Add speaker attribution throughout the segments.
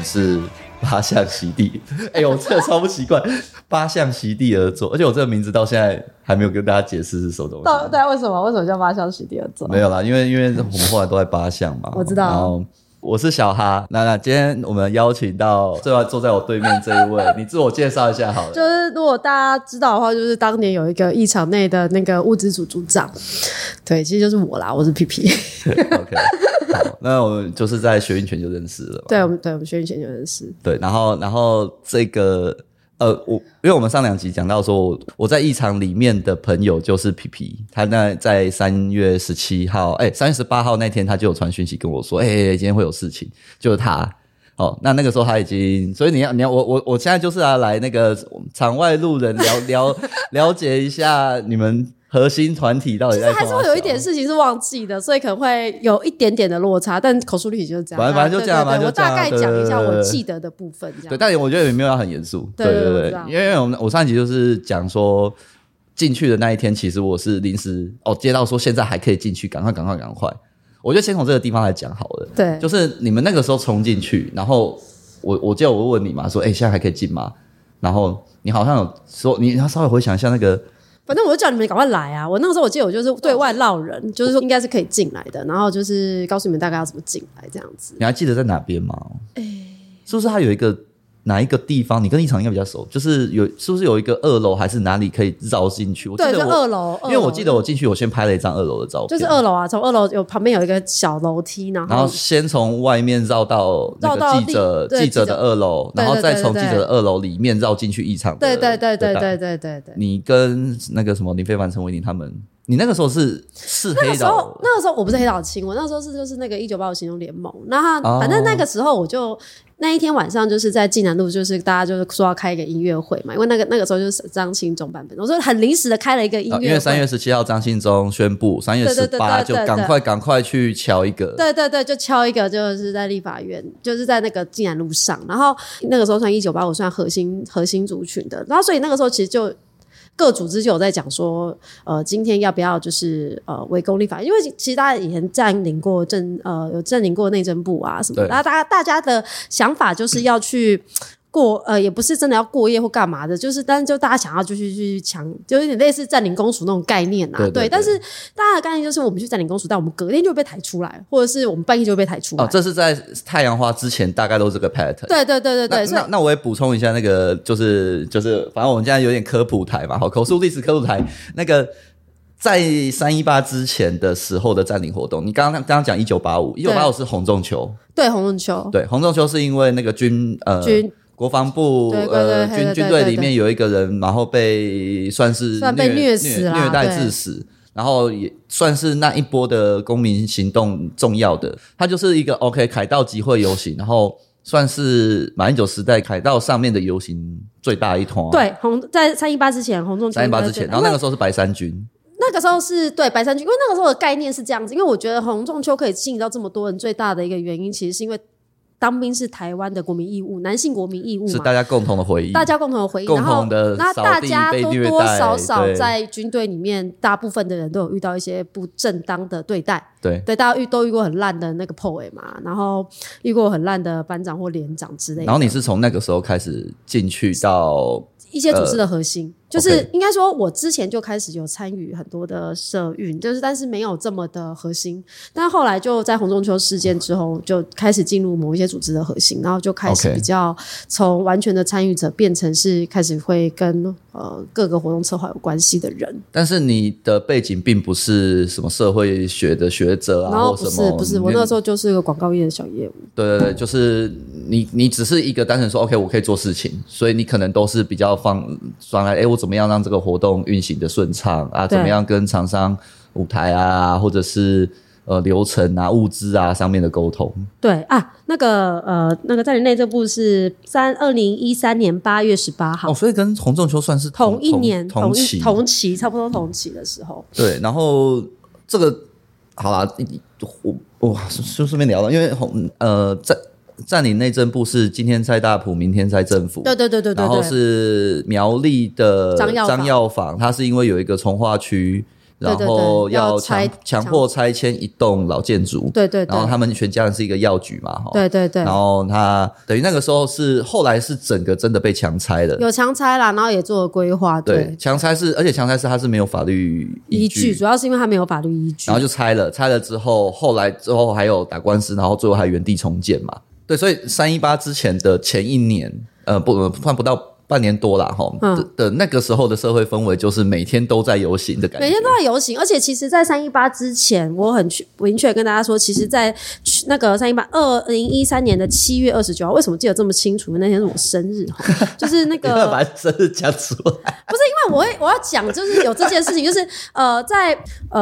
Speaker 1: 是八项席地。我这个超不习惯，八项席地而坐，而且我这个名字到现在还没有跟大家解释是什么东西。
Speaker 2: 对，为什么叫八项席地而坐？
Speaker 1: 没有啦，因为我们后来都在八项嘛。
Speaker 2: 我知道。
Speaker 1: 然后我是小哈，那今天我们邀请到坐在我对面这一位，你自我介绍一下好了。
Speaker 2: 就是如果大家知道的话，就是当年有一个一场内的那个物资组组长，对，其实就是我啦，我是皮皮。
Speaker 1: OK， 好，那我们就是在学运前就认识了嘛。
Speaker 2: 对，我们学运前就认识。
Speaker 1: 对，然后这个因为我们上2集讲到说，我在议场里面的朋友就是皮皮，他在3月17号3月18号那天他就有传讯息跟我说今天会有事情，就是他。那个时候他已经，所以你要我现在就是要来那个场外路人了解一下你们核心团体到底在。
Speaker 2: 其实还是会有一点事情是忘记的，所以可能会有一点点的落差，但口述历史就是这样。
Speaker 1: 反正就这样嘛，
Speaker 2: 我大概讲一下我记得的部分，这样。
Speaker 1: 对，但我觉得也没有要很严肃。对，因为我上一集就是讲说进去的那一天，其实我是临时接到说现在还可以进去，赶快。我觉得先从这个地方来讲好了。
Speaker 2: 对，
Speaker 1: 就是你们那个时候冲进去，然后我记得我问你嘛，说现在还可以进吗？然后你好像有说你要稍微回想一下那个。
Speaker 2: 反正我就叫你们赶快来啊！我那个时候我记得我就是对外绕人，就是说应该是可以进来的，然后就是告诉你们大概要怎么进来这样子。
Speaker 1: 你还记得在哪边吗？是不是它有一个哪一个地方？你跟议场应该比较熟，就是是不是有一个2楼还是哪里可以绕进去？
Speaker 2: 对，就2楼，
Speaker 1: 因为我记得我进去，我先拍了一张2楼的照片，
Speaker 2: 就是2楼啊，从2楼旁边有一个小楼梯，然后
Speaker 1: 先从外面绕到那个记者的2楼，然后再从记者的2楼里面绕进去议场的。
Speaker 2: 对。
Speaker 1: 你跟那个什么林非凡、陈伟霆他们。你那个时候是黑岛？
Speaker 2: 那个时候我不是黑岛青，我那时候就是那个1985行动联盟。那反正那个时候我就那一天晚上就是在济南路，就是大家就是说要开一个音乐会嘛，因为那个时候就是张庆忠版本，我说很临时的开了一个音乐会。
Speaker 1: 因为3月17号张庆忠宣布，3月18就赶快去敲一个。
Speaker 2: 对，就敲一个，就是在立法院，就是在那个济南路上。然后那个时候算1985算核心族群的，然后所以那个时候其实就。各组织就有在讲说，今天要不要就是围攻立法？因为其实大家以前占领过有占领过内政部啊什么的，然后大家的想法就是要去过也不是真的要过夜或干嘛的，就是但是就大家想要就去抢，就有点类似占领公署那种概念啊。对，但是大家的概念就是我们去占领公署，但我们隔天就会被抬出来，或者是我们半夜就会被抬出来。
Speaker 1: 这是在太阳花之前大概都是这个 pattern。
Speaker 2: 对。
Speaker 1: 那我也补充一下那个就是反正我们现在有点科普台嘛，口述历史科普台那个。在318之前的时候的占领活动，你刚刚讲1985是洪仲丘。
Speaker 2: 对，洪仲丘。
Speaker 1: 对，洪仲丘是因为那个国防部军队里面有一个人，然后被算被虐待致死，然后也算是那一波的公民行动重要的。它就是一个 凯道集会游行，然后算是马英九时代凯道上面的游行最大一团。
Speaker 2: 对，在318之前，洪仲丘
Speaker 1: 318之前，然后那个时候是白衫军。
Speaker 2: 那个时候是对白衫军，因为那个时候的概念是这样子，因为我觉得洪仲丘可以吸引到这么多人，最大的一个原因其实是因为当兵是台湾的国民义务，男性国民义务嘛，
Speaker 1: 是大家共同的回忆，
Speaker 2: 共同的
Speaker 1: 扫地，
Speaker 2: 那大家多多少少
Speaker 1: 对
Speaker 2: 在军队里面，大部分的人都有遇到一些不正当的对待。
Speaker 1: 对，
Speaker 2: 大家都遇过很烂的那个 POE 嘛，然后遇过很烂的班长或连长之类的。
Speaker 1: 然后你是从那个时候开始进去到
Speaker 2: 一些组织的核心，就是应该说我之前就开始有参与很多的社运，就是但是没有这么的核心，但后来就在洪仲丘事件之后就开始进入某一些组织的核心，然后就开始比较从完全的参与者变成是开始会跟各个活动策划有关系的人。
Speaker 1: 但是你的背景并不是什么社会学的学者啊，
Speaker 2: 然后
Speaker 1: 或什么
Speaker 2: 不是我那时候就是一个广告业的小业务。
Speaker 1: 对，就是你只是一个单纯说 OK 我可以做事情，所以你可能都是比较放来我怎么样让这个活动运行的顺畅啊，怎么样跟厂商舞台啊或者是流程啊物资啊上面的沟通。
Speaker 2: 对啊，那个在内政部是2013年8月18号
Speaker 1: 所以跟洪仲丘算是
Speaker 2: 同一年
Speaker 1: 同
Speaker 2: 期差不多同期的时候。
Speaker 1: 对，然后这个好啦，我就顺便聊了，因为占领内政部是今天在大埔，明天在政府。
Speaker 2: 对，
Speaker 1: 然后是苗栗的张耀坊，他是因为有一个从化区然后要
Speaker 2: 对
Speaker 1: 强迫拆迁一栋老建筑，
Speaker 2: 对对对，
Speaker 1: 然后他们全家人是一个药局嘛，
Speaker 2: 对对对，
Speaker 1: 然后他等于那个时候后来是整个真的被强拆了，
Speaker 2: 有强拆啦，然后也做了规划，
Speaker 1: 对，强拆是，而且强拆是它是没有法律依据，
Speaker 2: 主要是因为它没有法律依据，
Speaker 1: 然后就拆了之后，后来还有打官司，然后最后还原地重建嘛，对，所以318之前的前一年，不到半年多啦的那个时候的社会氛围就是每天都在游行的感觉，
Speaker 2: 每天都在游行，而且其实在318之前我很明确跟大家说，其实在那个2013年的7月29号，为什么记得这么清楚？那天是我生日，就是那个
Speaker 1: 你要把生日讲出来，
Speaker 2: 不是因为我要讲就是有这件事情，就是在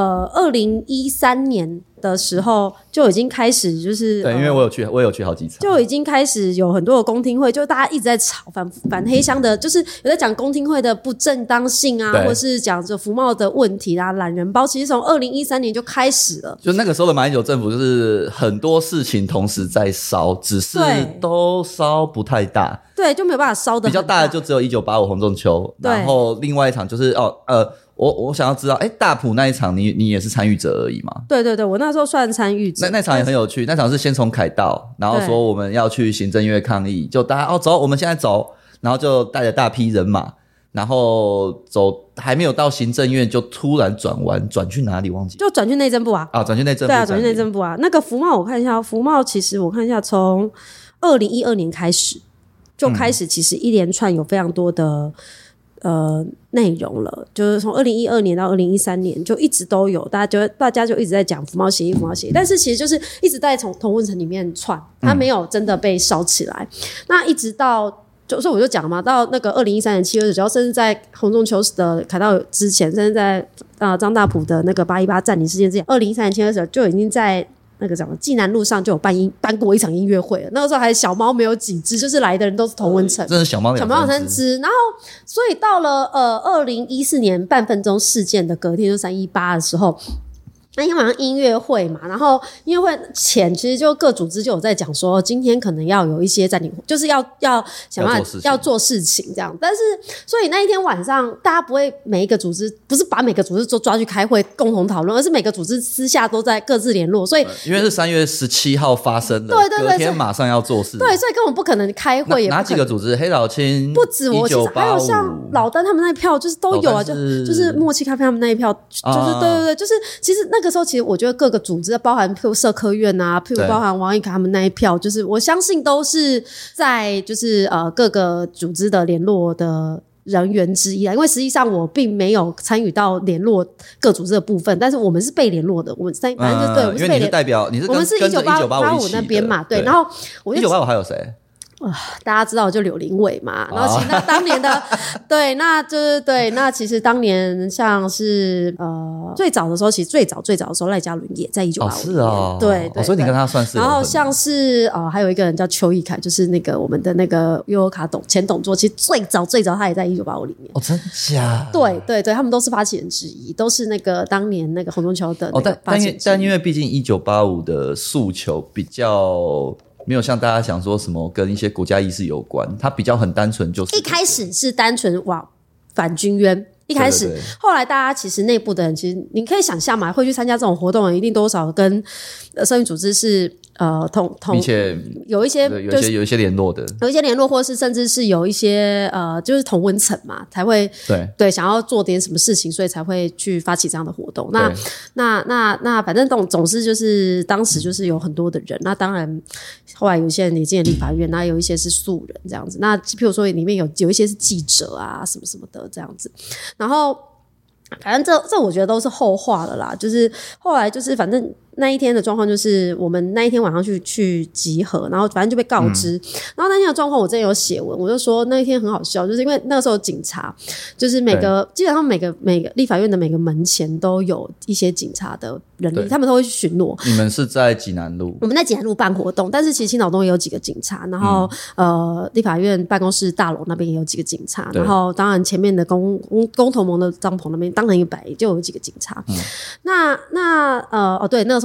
Speaker 2: 2013年的时候就已经开始，就是
Speaker 1: 对，因为我有去好几场，
Speaker 2: 就已经开始有很多的公听会，就大家一直在吵反黑箱的，就是有在讲公听会的不正当性啊，或是讲着服贸的问题啦、懒人包，其实从2013年就开始了。
Speaker 1: 就那个时候的马英九政府，就是很多事情同时在烧，只是都烧不太大。
Speaker 2: 对，就没有办法烧的
Speaker 1: 比较大的就只有1985洪仲丘，然后另外一场就是我想要知道，大埔那一场你也是参与者而已嘛？
Speaker 2: 对对对，我那时候算参与者。
Speaker 1: 那场也很有趣，那场是先从凯道，然后说我们要去行政院抗议，就大家走，我们现在走，然后就带着大批人马，然后走还没有到行政院就突然转弯，转去哪里忘记？
Speaker 2: 就转去内政部啊！
Speaker 1: 转去内政部。
Speaker 2: 对啊，转去内政部啊。那个服贸我看一下，服贸其实我看一下，从2012年开始就开始，其实一连串有非常多的内容了，就是从2012年到2013年就一直都有，大家就一直在讲服贸协议，但是其实就是一直在从同温层里面窜，它没有真的被烧起来。那一直到所以我就讲了嘛，到那个2013年7月29号，甚至在洪仲丘的凯道之前，甚至在张大埔的那个818占领事件之前，2013年7月29号就已经在那个什么济南路上就有办过一场音乐会了。那个时候还小猫没有几只，就是来的人都是同温层，
Speaker 1: 真的小猫
Speaker 2: 2-3只。然后所以到了2014年半分钟事件的隔天，就318的时候。那天晚上音乐会嘛，然后音乐会前其实就各组织就有在讲说，今天可能要有一些暂停，就是要想办法要做事情这样。但是所以那一天晚上，大家不会每一个组织不是把每个组织都抓去开会共同讨论，而是每个组织私下都在各自联络。所以
Speaker 1: 因为是3月17号发生的，对，隔天马上要做事，
Speaker 2: 对，所以根本不可能开会。
Speaker 1: 哪几个组织？黑老青
Speaker 2: 不止我，其实还有像老丹他们那一票，就是都有啊，就是默契咖啡他们那一票，就是对，就是其实那个时候，其实我觉得各个组织，包含譬如社科院啊，譬如包含王一凯他们那一票，就是我相信都是在就是各个组织的联络的人员之一啦。因为实际上我并没有参与到联络各组织的部分，但是我们是被联络的。我们反正就对，我们是被
Speaker 1: 因为你是代表，你是
Speaker 2: 我们是1985那边嘛，对。然后我就
Speaker 1: 1985还有谁？
Speaker 2: 大家知道就柳林伟嘛，然后其实那当年的对，那就是对，那其实当年像是最早的时候，其实最早的时候赖嘉伦也在1985年，对，
Speaker 1: 所以你跟他算是。
Speaker 2: 然后像是还有一个人叫邱义凯，就是那个我们的那个悠游卡前董座，其实最早他也在1985里面。
Speaker 1: 真假？
Speaker 2: 对，他们都是发起人之一，都是那个当年那个洪仲丘的那个发起人之一。
Speaker 1: 但因为毕竟1985的诉求比较。没有像大家想说什么跟一些国家意识有关，它比较很单纯，就是
Speaker 2: 一开始是单纯反军冤，一开始，对，后来大家其实内部的人，其实你可以想象嘛，会去参加这种活动的，一定多少跟社运组织是
Speaker 1: 并且
Speaker 2: 有一些
Speaker 1: 有一些联络的，
Speaker 2: 有一些联络，或是甚至是有一些就是同温层嘛，才会对想要做点什么事情，所以才会去发起这样的活动。那反正总是就是当时就是有很多的人，那当然后来有一些人也进了立法院，那有一些是素人这样子。那譬如说里面有一些是记者啊什么什么的这样子，然后反正这我觉得都是后话了啦，就是后来就是反正那一天的状况就是我们那一天晚上去集合，然后反正就被告知，然后那天的状况我之前有写文，我就说那一天很好笑，就是因为那个时候警察就是基本上每个立法院的每个门前都有一些警察的人力，他们都会去巡逻。
Speaker 1: 你们是在济南路？
Speaker 2: 我们在济南路办活动，但是其实青岛东也有几个警察，然后立法院办公室大楼那边也有几个警察，然后当然前面的公投盟的帐篷那边当然也就有几个警察。对，那个时候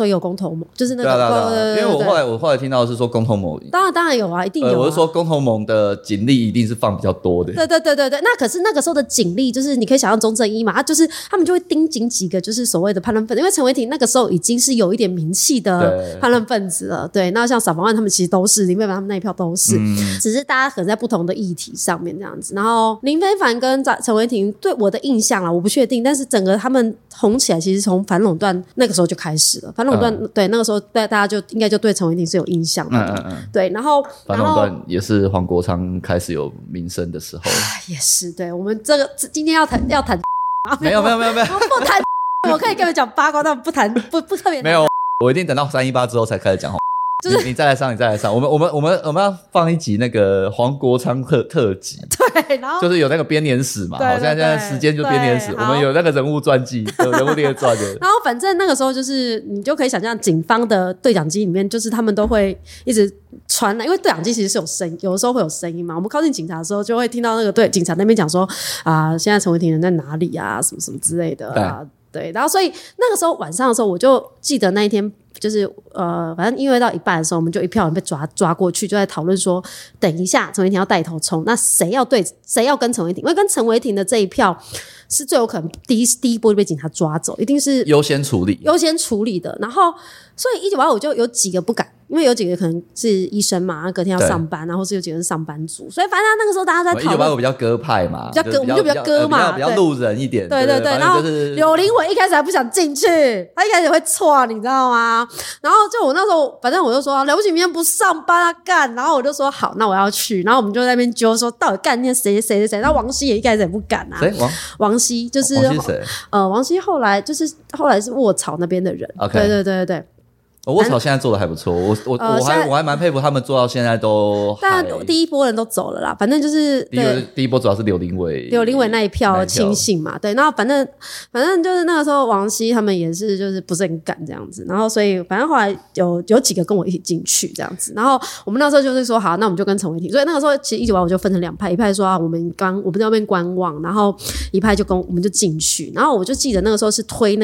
Speaker 2: 也有公投盟，就是那个
Speaker 1: 对，因为我后来听到的是说公投盟，
Speaker 2: 当然有啊，一定有啊。
Speaker 1: 我是说公投盟的警力一定是放比较多的。
Speaker 2: 对，那可是那个时候的警力，就是你可以想象中正一嘛，他们就会盯紧几个就是所谓的叛乱分子，因为陈为廷那个时候已经是有一点名气的叛乱分子了。对，那像扫房案他们其实都是，林非凡他们那一票都是，只是大家可能在不同的议题上面这样子。然后林非凡跟陈为廷对我的印象啦，我不确定，但是整个他们红起来其实从反垄断那个时候就开始了。反垄断、对那个时候大家就应该就对陈为廷是有印象的。对，然后
Speaker 1: 反垄断也是黄国昌开始有名声的时候，
Speaker 2: 也是。对，我们这个今天要谈
Speaker 1: 没有不
Speaker 2: 谈，我可以跟你们讲八卦，但不谈不特别。
Speaker 1: 没有，我一定等到318之后才开始讲。就是你再来上，我们要放一集那个黄国昌特辑，
Speaker 2: 对，然后
Speaker 1: 就是有那个编年史嘛，现在时间就编年史，我们有那个人物传记，有人物列传的。
Speaker 2: 然后反正那个时候就是你就可以想象，警方的对讲机里面，就是他们都会一直传来，因为对讲机其实是有声音，有的时候会有声音嘛。我们靠近警察的时候，就会听到那个对警察那边讲说现在陈为廷人在哪里啊，什么什么之类的啊。对，然后所以那个时候晚上的时候，我就记得那一天就是反正音乐到一半的时候，我们就一票人被抓过去，就在讨论说，等一下陈为廷要带头冲，那谁要跟陈为廷？因为跟陈为廷的这一票是最有可能第一波就被警察抓走，一定是
Speaker 1: 优先处
Speaker 2: 理的。然后所以1985就有几个不敢。因为有几个可能是医生嘛，隔天要上班，然后是有几个是上班族，所以反正那个时候大家在讨论。
Speaker 1: 1985比较鸽派嘛，
Speaker 2: 我们就比较鸽嘛，
Speaker 1: 比较路人一点。
Speaker 2: 对，然后柳林伟一开始还不想进去，他一开始会错，你知道吗？然后就我那时候，反正我就说了不起，明天不上班啊干，然后我就说好，那我要去，然后我们就在那边揪说到底干那谁，然后王希也一开始也不敢啊。
Speaker 1: 谁？
Speaker 2: 王希就是
Speaker 1: 王希谁？
Speaker 2: 王希后来是卧槽那边的人。
Speaker 1: Okay.
Speaker 2: 对。
Speaker 1: 卧槽现在做的还不错，我还蛮佩服他们做到现在都。
Speaker 2: 但第一波人都走了啦，反正就是
Speaker 1: 第一波主要是柳林伟
Speaker 2: 那一票亲信嘛，对，然后反正就是那个时候王希他们也是就是不是很敢这样子，然后所以反正后来有几个跟我一起进去这样子，然后我们那时候就是说好，那我们就跟陈为廷，所以那个时候其实1985就分成2派，一派说我们在那边观望，然后一派我们就进去，然后我就记得那个时候是推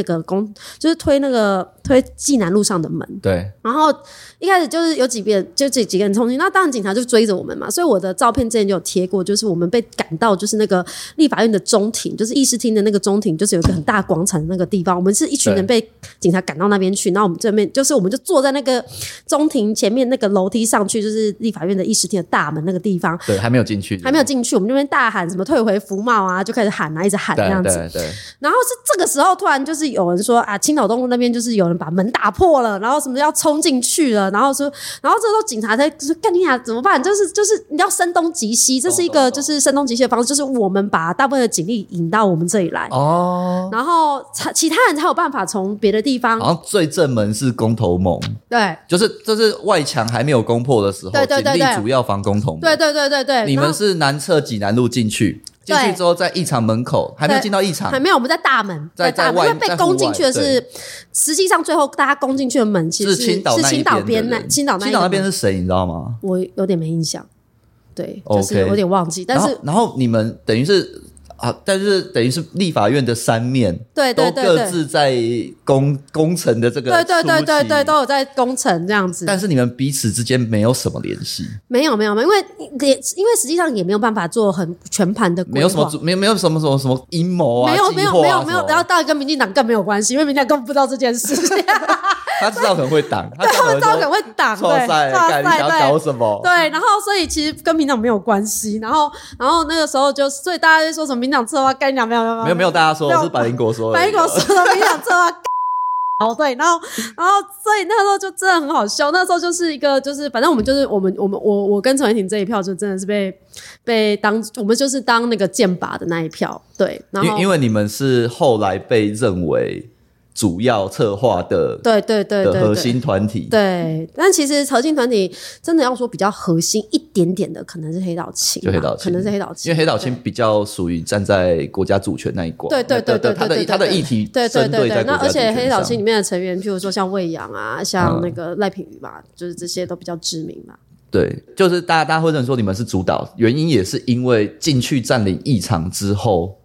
Speaker 2: 济南路上的门。
Speaker 1: 对，
Speaker 2: 然后一开始就是有几个人冲进，那当然警察就追着我们嘛，所以我的照片之前就有贴过，就是我们被赶到就是那个立法院的中庭，就是议事厅的那个中庭，就是有一个很大广场的那个地方，我们是一群人被警察赶到那边去，然后我们这边就是我们就坐在那个中庭前面那个楼梯上去，就是立法院的议事厅的大门那个地方，
Speaker 1: 对，还没有进去，
Speaker 2: 我们那边大喊什么退回服贸啊，就开始喊啊，一直喊这样子，
Speaker 1: 对，
Speaker 2: 然后是这个时候突然就是有人说青岛东路那边就是有人把门打破了，然后什么要冲进去了，然后这时候警察才说干你俩怎么办？就是你要声东击西，这是一个就是声东击西的方式，就是我们把大部分的警力引到我们这里来然后其他人才有办法从别的地方。
Speaker 1: 好像最正门是公投盟，
Speaker 2: 对，
Speaker 1: 就是外墙还没有攻破的时候，
Speaker 2: 对，
Speaker 1: 警力主要防公投盟，
Speaker 2: 对，
Speaker 1: 你们是南侧济南路进去之后，在议场门口还没有进到议场，
Speaker 2: 还没有，我们在大门，
Speaker 1: 在外，
Speaker 2: 因为被攻进去的是，实际上最后大家攻进去的门其实是青岛边青岛那边
Speaker 1: 是谁，你知道吗？
Speaker 2: 我有点没印象，对，就是有点忘记。但是
Speaker 1: 然后你们等于是但是等于是立法院的3面，
Speaker 2: 对，
Speaker 1: 都各自在工程的这个
Speaker 2: 对，都有在工程这样子。
Speaker 1: 但是你们彼此之间没有什么联系，
Speaker 2: 没有，因为实际上也没有办法做很全盘的规划，
Speaker 1: 没有什么阴谋啊，
Speaker 2: 没有，然后当然跟民进党更没有关系，因为民进党根本不知道这件事。
Speaker 1: 他知道可能会挡，
Speaker 2: 他们知道可能会挡，
Speaker 1: 对，你想要搞什么？
Speaker 2: 对，然后所以其实跟民进党没有关系，然后那个时候所以大家就说什么民进党策划干你讲没有，
Speaker 1: 大家说是百灵果说的，
Speaker 2: 百灵果说的民进党策划。对，然后所以那个时候就真的很好笑。那时候就是一个，就是反正我们就是我跟陈为廷这一票就真的是被当我们就是当那个剑拔的那一票。对，然后
Speaker 1: 因为你们是后来被认为主要策划的的核心团体，
Speaker 2: 对，但其实核心团体真的要说比较核心一点点的，可能是黑岛青，可能是黑岛青，
Speaker 1: 因为黑岛青比较属于站在国家主权那一挂，
Speaker 2: 对，
Speaker 1: 他的议题针对在国家主权上，
Speaker 2: 那而且黑岛青里面的成员，譬如说像魏阳啊，像那个赖品妤吧，就是这些都比较知名嘛。
Speaker 1: 对，就是大家会认为说你们是主导，原因也是因为进去占领议场之后。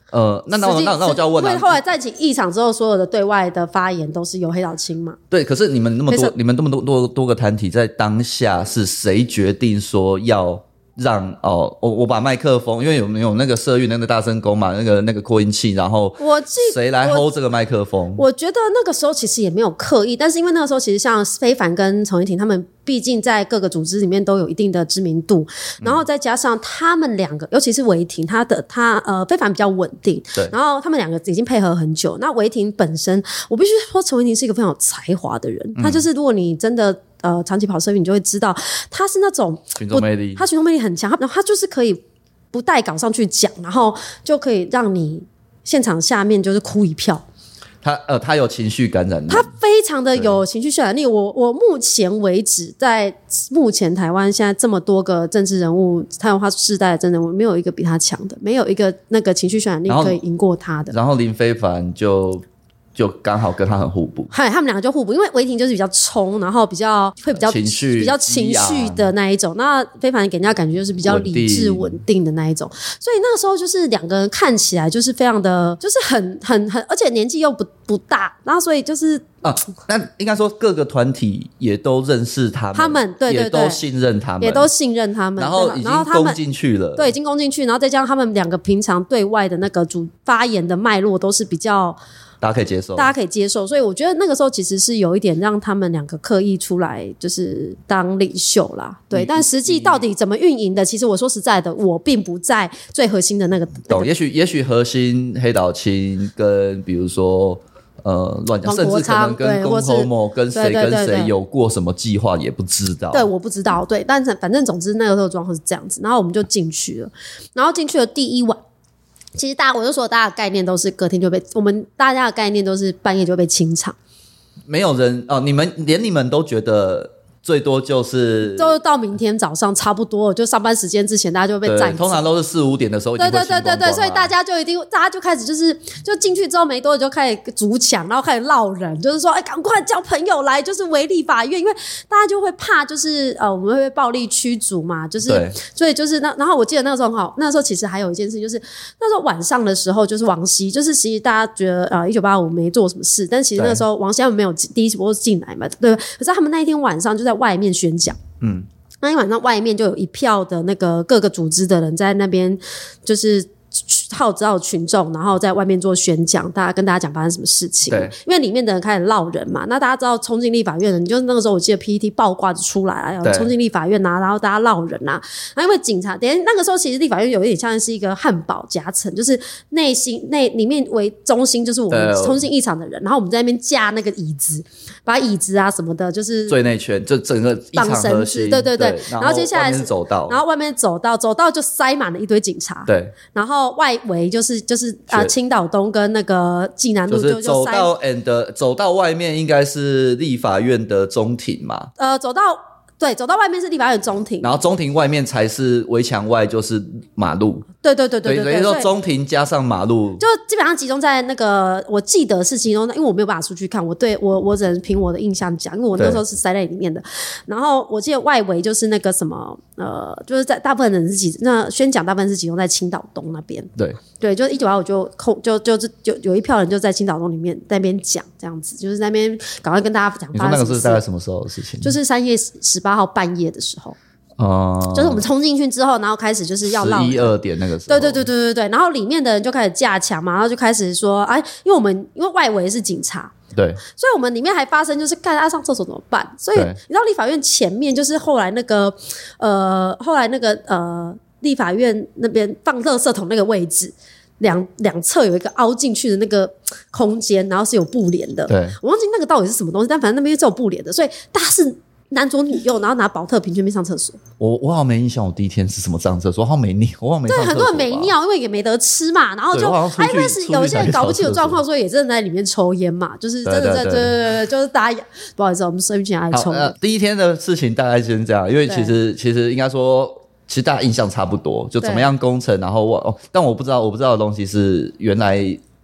Speaker 1: 那我就要问了，
Speaker 2: 因为后来在议场之后，所有的对外的发言都是由黑岛青嘛。
Speaker 1: 对，可是你们那么多个团体，在当下是谁决定说要让我把麦克风，因为有那个社运那个大声公嘛，那个扩音器，然后谁来 hold 这个麦克风？
Speaker 2: 我觉得那个时候其实也没有刻意，但是因为那个时候其实像非凡跟丛一婷他们毕竟在各个组织里面都有一定的知名度，然后再加上他们两个，尤其是韦婷，他非凡比较稳定，
Speaker 1: 对，
Speaker 2: 然后他们两个已经配合很久。那韦婷本身，我必须说丛一婷是一个非常有才华的人，他就是如果你真的长期跑社运，你就会知道他是那种
Speaker 1: 群众魅力，
Speaker 2: 他群众魅力很强，他就是可以不带稿上去讲，然后就可以让你现场下面就是哭一票。
Speaker 1: 他有情绪感染力，
Speaker 2: 他非常的有情绪渲染力。我目前为止，在目前台湾现在这么多个政治人物，太阳花世代的政治人物，没有一个比他强的，没有一个那个情绪渲染力可以赢过他的。
Speaker 1: 然后林非凡就刚好跟他很互补，
Speaker 2: 他们两个就互补，因为韦婷就是比较冲，然后比较情绪的那一种，那非凡给人家感觉就是比较理智稳定的那一种，所以那个时候就是两个人看起来就是非常的，就是很，而且年纪又不大，然后所以就是
Speaker 1: 那应该说各个团体也都认识他们对，
Speaker 2: 也
Speaker 1: 都信任他们，然后已经攻进去了，
Speaker 2: 对，已经攻进去，然后再加上他们两个平常对外的那个发言的脉络都是比较。
Speaker 1: 大家可以接受，
Speaker 2: 所以我觉得那个时候其实是有一点让他们两个刻意出来就是当领袖啦，对，但实际到底怎么运营的，其实我说实在的，我并不在最核心的那个。
Speaker 1: 懂，也许核心黑岛青跟比如说乱讲，甚至可能跟龚侯某跟谁有过什么计划也不知道。
Speaker 2: 对，我不知道，对，但是反正总之那个时候状况是这样子，然后我们就进去了，然后进去了第一晚。其实我就说大家的概念都是隔天就被大家的概念都是半夜就被清场，
Speaker 1: 没有人连你们都觉得最多就是
Speaker 2: 到明天早上差不多，就上班时间之前大家就会被占走，
Speaker 1: 通常都是4-5点的时候已经会清光光，
Speaker 2: 对，所以大家就开始就进去之后没多久就开始筑墙，然后开始闹人，就是说赶快叫朋友来，就是围立法院，因为大家就会怕就是我们会被暴力驱逐嘛，就是所以就是然后我记得那个时候很好，那个时候其实还有一件事，就是那时候晚上的时候，就是王希，就是其实大家觉得1985没做什么事，但其实那个时候王希他们没有第一波进来嘛，对，可是他们那一天晚上就在外面宣讲，那天晚上外面就有一票的那个各个组织的人在那边，就是号召群众，然后在外面做宣讲，跟大家讲发生什么事情。对，因为里面的人开始闹人嘛，那大家知道冲进立法院的，你就那个时候我记得 PTT 爆挂就出来了，冲进立法院啊，然后大家闹人啊，然后因为警察，那个时候其实立法院有一点像是一个汉堡夹层，就是里面为中心就是我们冲进议场的人，然后我们在那边架那个椅子，把椅子啊什么的，就是
Speaker 1: 最内圈，就整个议场核心，
Speaker 2: 对，然后接下来是
Speaker 1: 走道，
Speaker 2: 然后外面走道就塞满了一堆警察，
Speaker 1: 对，
Speaker 2: 然后外围就是青岛东跟那个济南路
Speaker 1: 就是走到外面应该是立法院的中庭嘛，
Speaker 2: 走到外面是立法院中庭，
Speaker 1: 然后中庭外面才是围墙外就是马路，
Speaker 2: 对，
Speaker 1: 所以说中庭加上马路，
Speaker 2: 就基本上集中在那个，我记得是集中在，因为我没有办法出去看，我只能凭我的印象讲，因为我那时候是塞在里面的。然后我记得外围就是那个什么就是在大部分人是那宣讲大部分是集中在青岛东那边，对，就1985就有一票人就在青岛东里面在那边讲这样子，就是在那边赶快跟大家讲。
Speaker 1: 你说那个是大概什么时候的事情？
Speaker 2: 就是3月18号半夜的时候。就是我们冲进去之后，然后开始就是要闹
Speaker 1: 11、2点那个时候，
Speaker 2: 对，然后里面的人就开始架墙嘛，然后就开始说，因为外围是警察，
Speaker 1: 对，
Speaker 2: 所以我们里面还发生就是看他上厕所怎么办，所以你知道立法院前面就是后来那个立法院那边放垃圾桶那个位置。两侧有一个凹进去的那个空间，然后是有布帘的。
Speaker 1: 对，
Speaker 2: 我忘记那个到底是什么东西，但反正那边是有布帘的，所以大家是男左女右，然后拿保特瓶去那边上厕所。
Speaker 1: 我好像没印象，我第一天是什么上厕所，我好像没尿，
Speaker 2: 对，很多人没尿，因为也没得吃嘛，然后就因为是有些人搞不清楚状况，所以也真的在里面抽烟嘛，就是真的对，就是大家不好意思，我们生育前爱抽。
Speaker 1: 第一天的事情大概先这样，因为其实应该说。其实大家印象差不多，就怎么样工程，然后但我不知道的东西是原来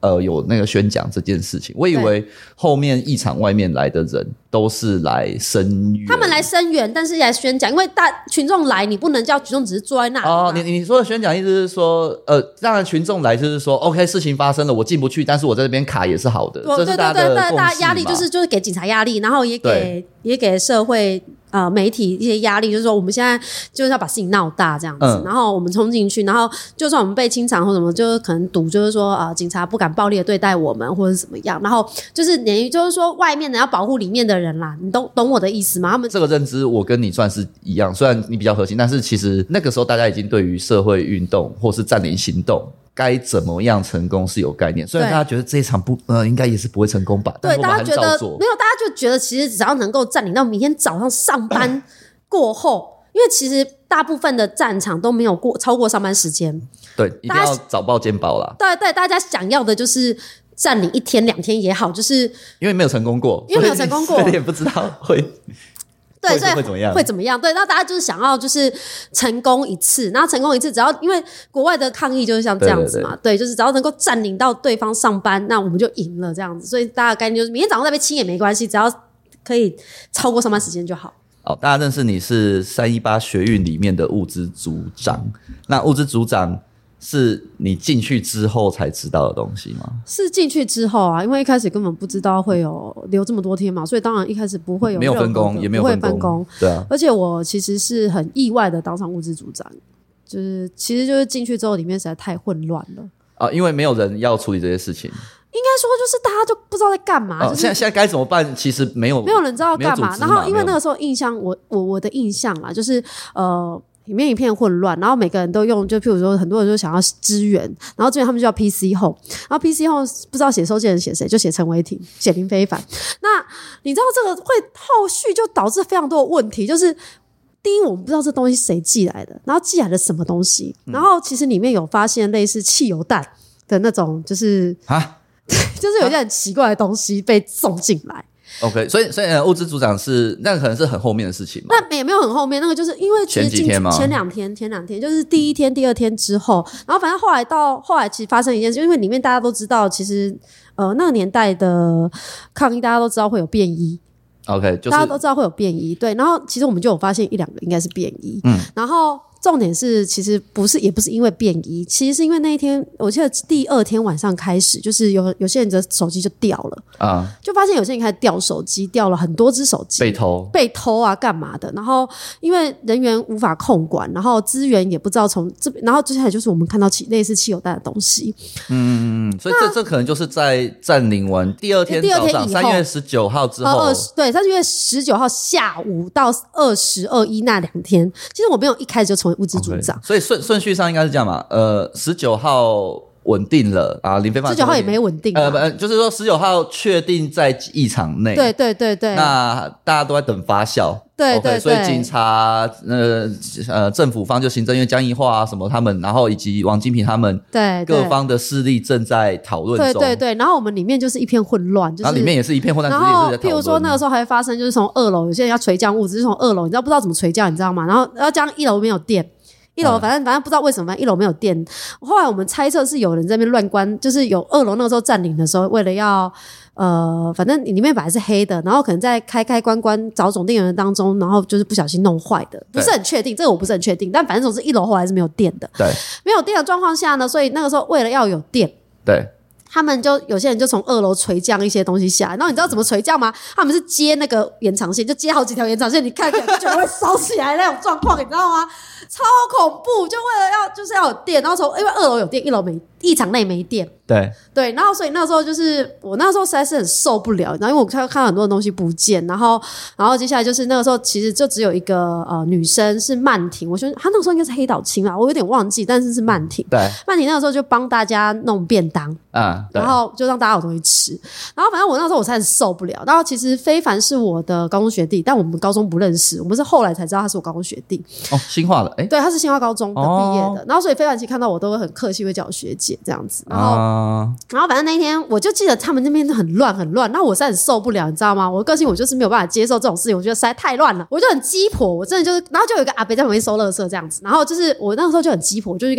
Speaker 1: 有那个宣讲这件事情。我以为后面议场外面来的人都是来声援，
Speaker 2: 他们来声援，但是来宣讲，因为群众来，你不能叫群众只是坐在那里。
Speaker 1: 哦，你说的宣讲意思是说，当然群众来就是说 ，OK， 事情发生了，我进不去，但是我在这边卡也是好的，这是大家的共识嘛。大家
Speaker 2: 压力就是给警察压力，然后也给社会。媒体一些压力，就是说我们现在就是要把事情闹大这样子，然后我们冲进去，然后就算我们被清场或什么，就是可能赌，就是说警察不敢暴力的对待我们或者怎么样，然后就是等于就是说外面的要保护里面的人啦，你懂我的意思吗？他们
Speaker 1: 这个认知我跟你算是一样，虽然你比较核心，但是其实那个时候大家已经对于社会运动或是占领行动该怎么样成功是有概念，虽然大家觉得这一场应该也是不会成功吧，
Speaker 2: 对，大家觉得没有，大家就觉得其实只要能够占领到明天早上上班过后，因为其实大部分的战场都没有超过上班时间，
Speaker 1: 对，一定要早报兼报啦。
Speaker 2: 对，大家想要的就是占领1天2天也好，就是
Speaker 1: 因为没有成功过，
Speaker 2: 因为没有成功过，
Speaker 1: 所以也不知道会。
Speaker 2: 对，所以
Speaker 1: 会怎么样？
Speaker 2: 会怎么样？对，那大家就是想要就是成功一次，然后成功一次，只要因为国外的抗议就是像这样子嘛，对，就是只要能够占领到对方上班，那我们就赢了这样子。所以大家概念就是明天早上再被清也没关系，只要可以超过上班时间就好。
Speaker 1: 好，大家认识你是318学运里面的物资组长，那物资组长是你进去之后才知道的东西吗？
Speaker 2: 是进去之后啊，因为一开始根本不知道会有留这么多天嘛，所以当然一开始不会有
Speaker 1: 没有分工，也没有分工，对啊。
Speaker 2: 而且我其实是很意外的当上物资组长，其实就是进去之后里面实在太混乱了
Speaker 1: 啊，因为没有人要处理这些事情。
Speaker 2: 应该说就是大家就不知道在干嘛，就是
Speaker 1: 现在该怎么办？其实没有人
Speaker 2: 知道干嘛。然后因为那个时候印象，我的印象啦，就是里面一片混乱，然后每个人都用，就譬如说很多人就想要支援，然后这边他们就叫 PC Home， 然后 PC Home 不知道写收件人写谁，就写陈伟霆，写林非凡。那你知道这个会后续就导致非常多的问题，就是第一我们不知道这东西谁寄来的，然后寄来的什么东西，然后其实里面有发现类似汽油弹的那种，就是就是有些很奇怪的东西被送进来。
Speaker 1: OK， 所以物资组长是那可能是很后面的事情嘛？
Speaker 2: 那也没有很后面，那个就是因为其实
Speaker 1: 前几天吗？
Speaker 2: 前两天，就是第1天、第2天之后，然后反正后来其实发生一件事，因为里面大家都知道，其实那个年代的抗议大家都知道会有便衣。
Speaker 1: OK， 就是
Speaker 2: 大家都知道会有便衣，对，然后其实我们就有发现1-2个应该是便衣，然后重点是其实也不是因为便衣，其实是因为那一天我记得第2天晚上开始，就是有些人的手机就掉了啊，就发现有些人开始掉手机，掉了很多只手机，被偷啊干嘛的，然后因为人员无法控管，然后资源也不知道从这边，然后接下来就是我们看到类似汽油弹的东西，
Speaker 1: 所以这可能就是在占领完第2天早上3月19号之后，
Speaker 2: 对，3月19号下午到20、21那2天，其实我没有一开始就成为物资组长，
Speaker 1: 所以顺序上应该是这样嘛，19号稳定了啊，林非凡
Speaker 2: 19号也没稳定
Speaker 1: 就是说19号确定在议场内，
Speaker 2: 对，
Speaker 1: 那大家都在等发酵，
Speaker 2: 对，
Speaker 1: 所以警察政府方就行政院江宜樺啊什么他们，然后以及王金平他们，
Speaker 2: 对，
Speaker 1: 各方的势力正在讨论中，
Speaker 2: 对，然后我们里面就是一片混乱，就是
Speaker 1: 然后里面也是一片混乱，
Speaker 2: 然后譬如说那个时候还会发生，就是从2楼有些人要垂降物资，是从2楼，你知道怎么垂降，你知道吗？然后要将1楼没有电。1楼反正不知道为什么1楼没有电，后来我们猜测是有人在那边乱关，就是有2楼那个时候占领的时候，为了要反正里面本来是黑的，然后可能在开关找总电源当中，然后就是不小心弄坏的，不是很确定，这个我不是很确定，但反正总是1楼后来是没有电的，
Speaker 1: 对，
Speaker 2: 没有电的状况下呢，所以那个时候为了要有电，
Speaker 1: 对。
Speaker 2: 他们就有些人就从2楼垂降一些东西下来，然后你知道怎么垂降吗？他们是接那个延长线，就接好几条延长线，你看起来就觉得会烧起来那种状况，你知道吗？超恐怖！就为了就是要有电，然后因为2楼有电，1楼议场内没电，对，然后所以那时候就是我那时候实在是很受不了，然后因为我看到很多东西不见，然后接下来就是那个时候其实就只有一个女生是曼婷，我觉得她那个时候应该是黑岛青吧，我有点忘记，但是曼婷，
Speaker 1: 对，
Speaker 2: 曼婷那个时候就帮大家弄便当然后就让大家有东西吃，然后反正我那时候我才很受不了，然后其实非凡是我的高中学弟，但我们高中不认识，我们是后来才知道他是我高中学弟
Speaker 1: 新化了
Speaker 2: 对，他是新化高中的毕业的，然后所以非凡其实看到我都会很客气，会叫我学姐这样子，然后反正那一天我就记得他们那边很乱，然后我实在很受不了，你知道吗？我的个性我就是没有办法接受这种事情，我觉得实在太乱了，我就很鸡婆，我真的就是，然后就有一个阿伯在旁边收垃圾这样子，然后就是我那个时候就很鸡婆，我就去跟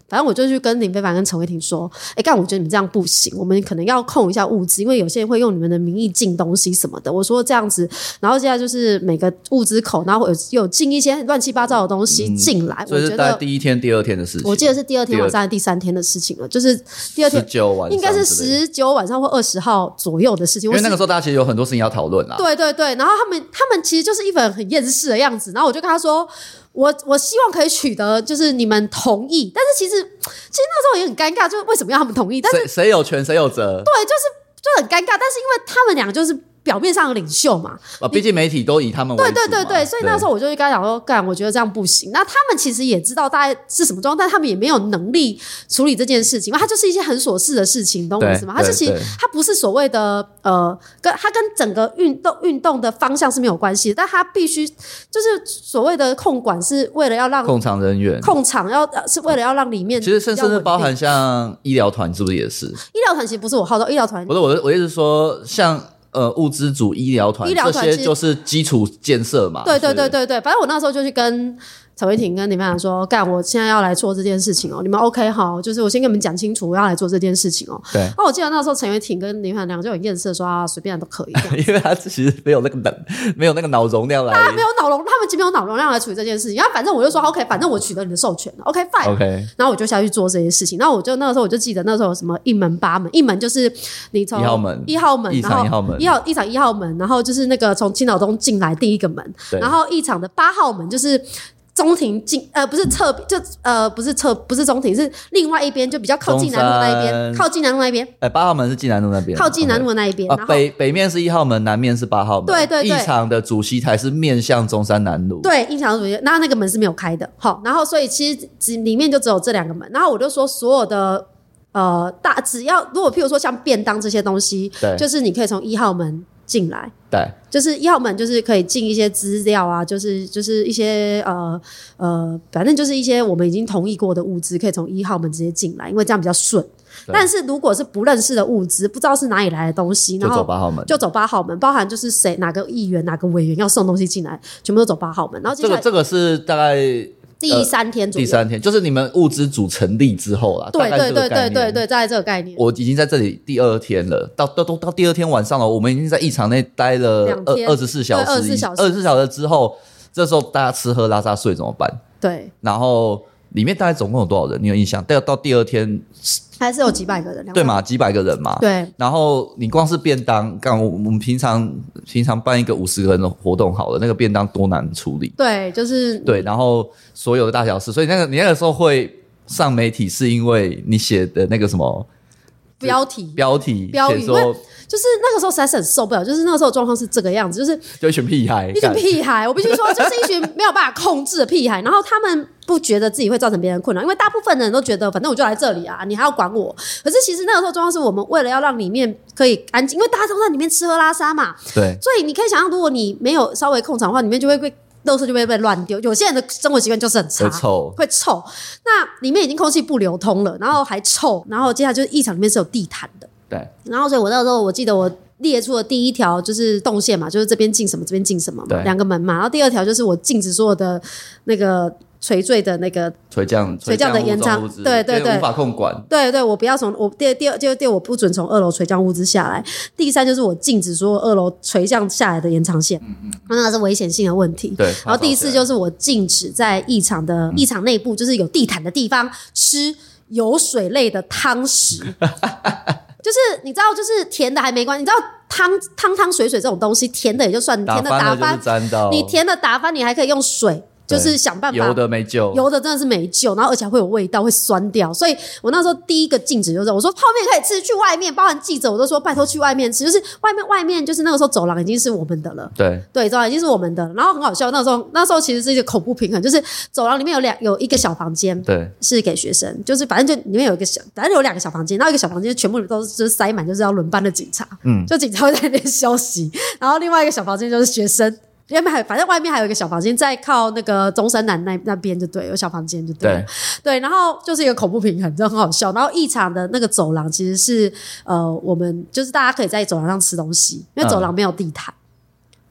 Speaker 2: 反正我就去跟林非凡跟陈慧婷说，干，我觉得你们这样不行，我们可能要控一下物资，因为有些人会用你们的名义进东西什么的。我说这样子，然后现在就是每个物资口，然后有进一些乱七八糟的东西进来。
Speaker 1: 所以是大概第一天、第二天的事情。
Speaker 2: 我记得是第二天晚上、第三天的事情了，就是第二天
Speaker 1: 19晚上，
Speaker 2: 应该是19晚上或20号左右的事情。
Speaker 1: 因为那个时候大家其实有很多事情要讨论啦。
Speaker 2: 对对对，然后他们其实就是一本很厌世的样子，然后我就跟他说。我希望可以取得就是你们同意，但是其实那时候也很尴尬，就是为什么要他们同意？但是
Speaker 1: 谁有权谁有责？
Speaker 2: 对，就很尴尬。但是因为他们俩就是表面上的领袖嘛，
Speaker 1: 毕竟媒体都以他们为主嘛。
Speaker 2: 对，所以那时候我就跟他讲说，干，我觉得这样不行。那他们其实也知道大概是什么状况，但他们也没有能力处理这件事情，因为它就是一些很琐事的事情，懂我意思吗？它是其实它不是所谓的它跟整个运动的方向是没有关系的，但它必须就是所谓的控管是为了要让
Speaker 1: 控场人员
Speaker 2: 控场是为了要让里面
Speaker 1: 其实甚至包含像医疗团是不是也是？
Speaker 2: 医疗团其实不是我号召，医疗团
Speaker 1: 不是我意思说像。物资组、医疗团这些就是基础建设嘛。
Speaker 2: 对，反正我那时候就去跟陈慧婷跟林非凡说，干，我现在要来做这件事情哦，你们 OK 好，就是我先跟你们讲清楚，我要来做这件事情哦。
Speaker 1: 对。
Speaker 2: 那我记得那时候陈慧婷跟林非凡两个就很厌世，说啊，随便都可以。
Speaker 1: 因为他其实没有那个脑容量来，
Speaker 2: 他们没有脑容量来处理这件事情。然后反正我就说 OK， 反正我取得你的授权了 ，OK fine。
Speaker 1: OK。
Speaker 2: 然后我就下去做这些事情。然后那个时候我就记得那时候有什么一门八门，一门就是你从一号门，然后一场1号门，然后就是那个从青岛东进来第一个门，然后一场的8号门就是。中庭进不是侧就不是中庭，是另外一边，就比较靠近南路那一边，靠近南路那一边。
Speaker 1: 8号门是进南路那边，
Speaker 2: 靠近南路的那一边。然后
Speaker 1: 北面是1号门，南面是8号门。
Speaker 2: 对，
Speaker 1: 一场的主席台是面向中山南路。
Speaker 2: 对，一场主席，那个门是没有开的。好，然后所以其实里面就只有这2个门。然后我就说所有的只要如果譬如说像便当这些东西，就是你可以从1号门进来。
Speaker 1: 对，
Speaker 2: 就是1号门就是可以进一些资料啊，就是一些反正就是一些我们已经同意过的物资，可以从1号门直接进来，因为这样比较顺。但是如果是不认识的物资，不知道是哪里来的东西，然后就走8号门，包含就是哪个议员、哪个委员要送东西进来，全部都走8号门。然后接下来
Speaker 1: 这个是大概。
Speaker 2: 第3天左右，
Speaker 1: 第3天就是你们物资组成立之后啦。
Speaker 2: 对，大概这个概念。
Speaker 1: 我已经在这里第2天了，到第2天晚上了，我们已经在议场内待了24小时。24小时之后，这时候大家吃喝拉撒睡怎么办？对，然后里面大概总共有多少人？你有印象？到第2天。
Speaker 2: 还是有几百个人，
Speaker 1: 对嘛？几百个人嘛。
Speaker 2: 对。然
Speaker 1: 后你光是便当，我们平常办一个50个人的活动好了，那个便当多难处理。对，就是对。然后所有的大小事，所以你那个时候会上媒体，是因为你写的那个什么标题写说。就是那个时候实在是很受不了，就是那个时候状况是这个样子，就一群屁孩，我必须说，就是一群没有办法控制的屁孩。然后他们不觉得自己会造成别人困扰，因为大部分的人都觉得，反正我就来这里啊，你还要管我。可是其实那个时候状况是我们为了要让里面可以安静，因为大家都在里面吃喝拉撒嘛，对，所以你可以想象，如果你没有稍微控场的话，里面就会被垃圾就会被乱丢。有些人的生活习惯就是很差，会臭。那里面已经空气不流通了，然后还臭，然后接下来就是议场里面是有地毯的。对，然后所以我那时候我记得我列出了第1条就是动线嘛，就是这边进什么这边进什么嘛，2个门嘛。然后第2条就是我禁止所有的那个垂坠的那个垂降的延长，对，无法控管。对，我不要从我第二我不准从2楼垂降物资下来。第3就是我禁止所有2楼垂降下来的延长线，那个是危险性的问题。对，然后第4就是我禁止在议场内部就是有地毯的地方吃有水类的汤匙。就是你知道，就是甜的还没关系，你知道汤水这种东西，甜的也就算，甜的打翻，你甜的打翻，你还可以用水。就是想办法，油的没救，油的真的是没救，然后而且还会有味道，会酸掉。所以我那时候第一个禁止就是我说后面可以吃，去外面，包含记者我都说拜托去外面吃，就是外面就是那个时候走廊已经是我们的了，对，走廊已经是我们的了。然后很好笑，那时候其实是一个恐怖平衡，就是走廊里面有一个小房间，对，是给学生，就是反正就里面有一个反正有2个小房间，然后一个小房间全部都是就是塞满就是要轮班的警察，就警察会在那边休息，然后另外一个小房间就是学生。反正外面还有一个小房间，在靠那个中山南那边就对，有小房间就对，对，然后就是一个恐怖平衡，真的很好笑。然后议场的那个走廊其实是我们就是大家可以在走廊上吃东西，因为走廊没有地毯。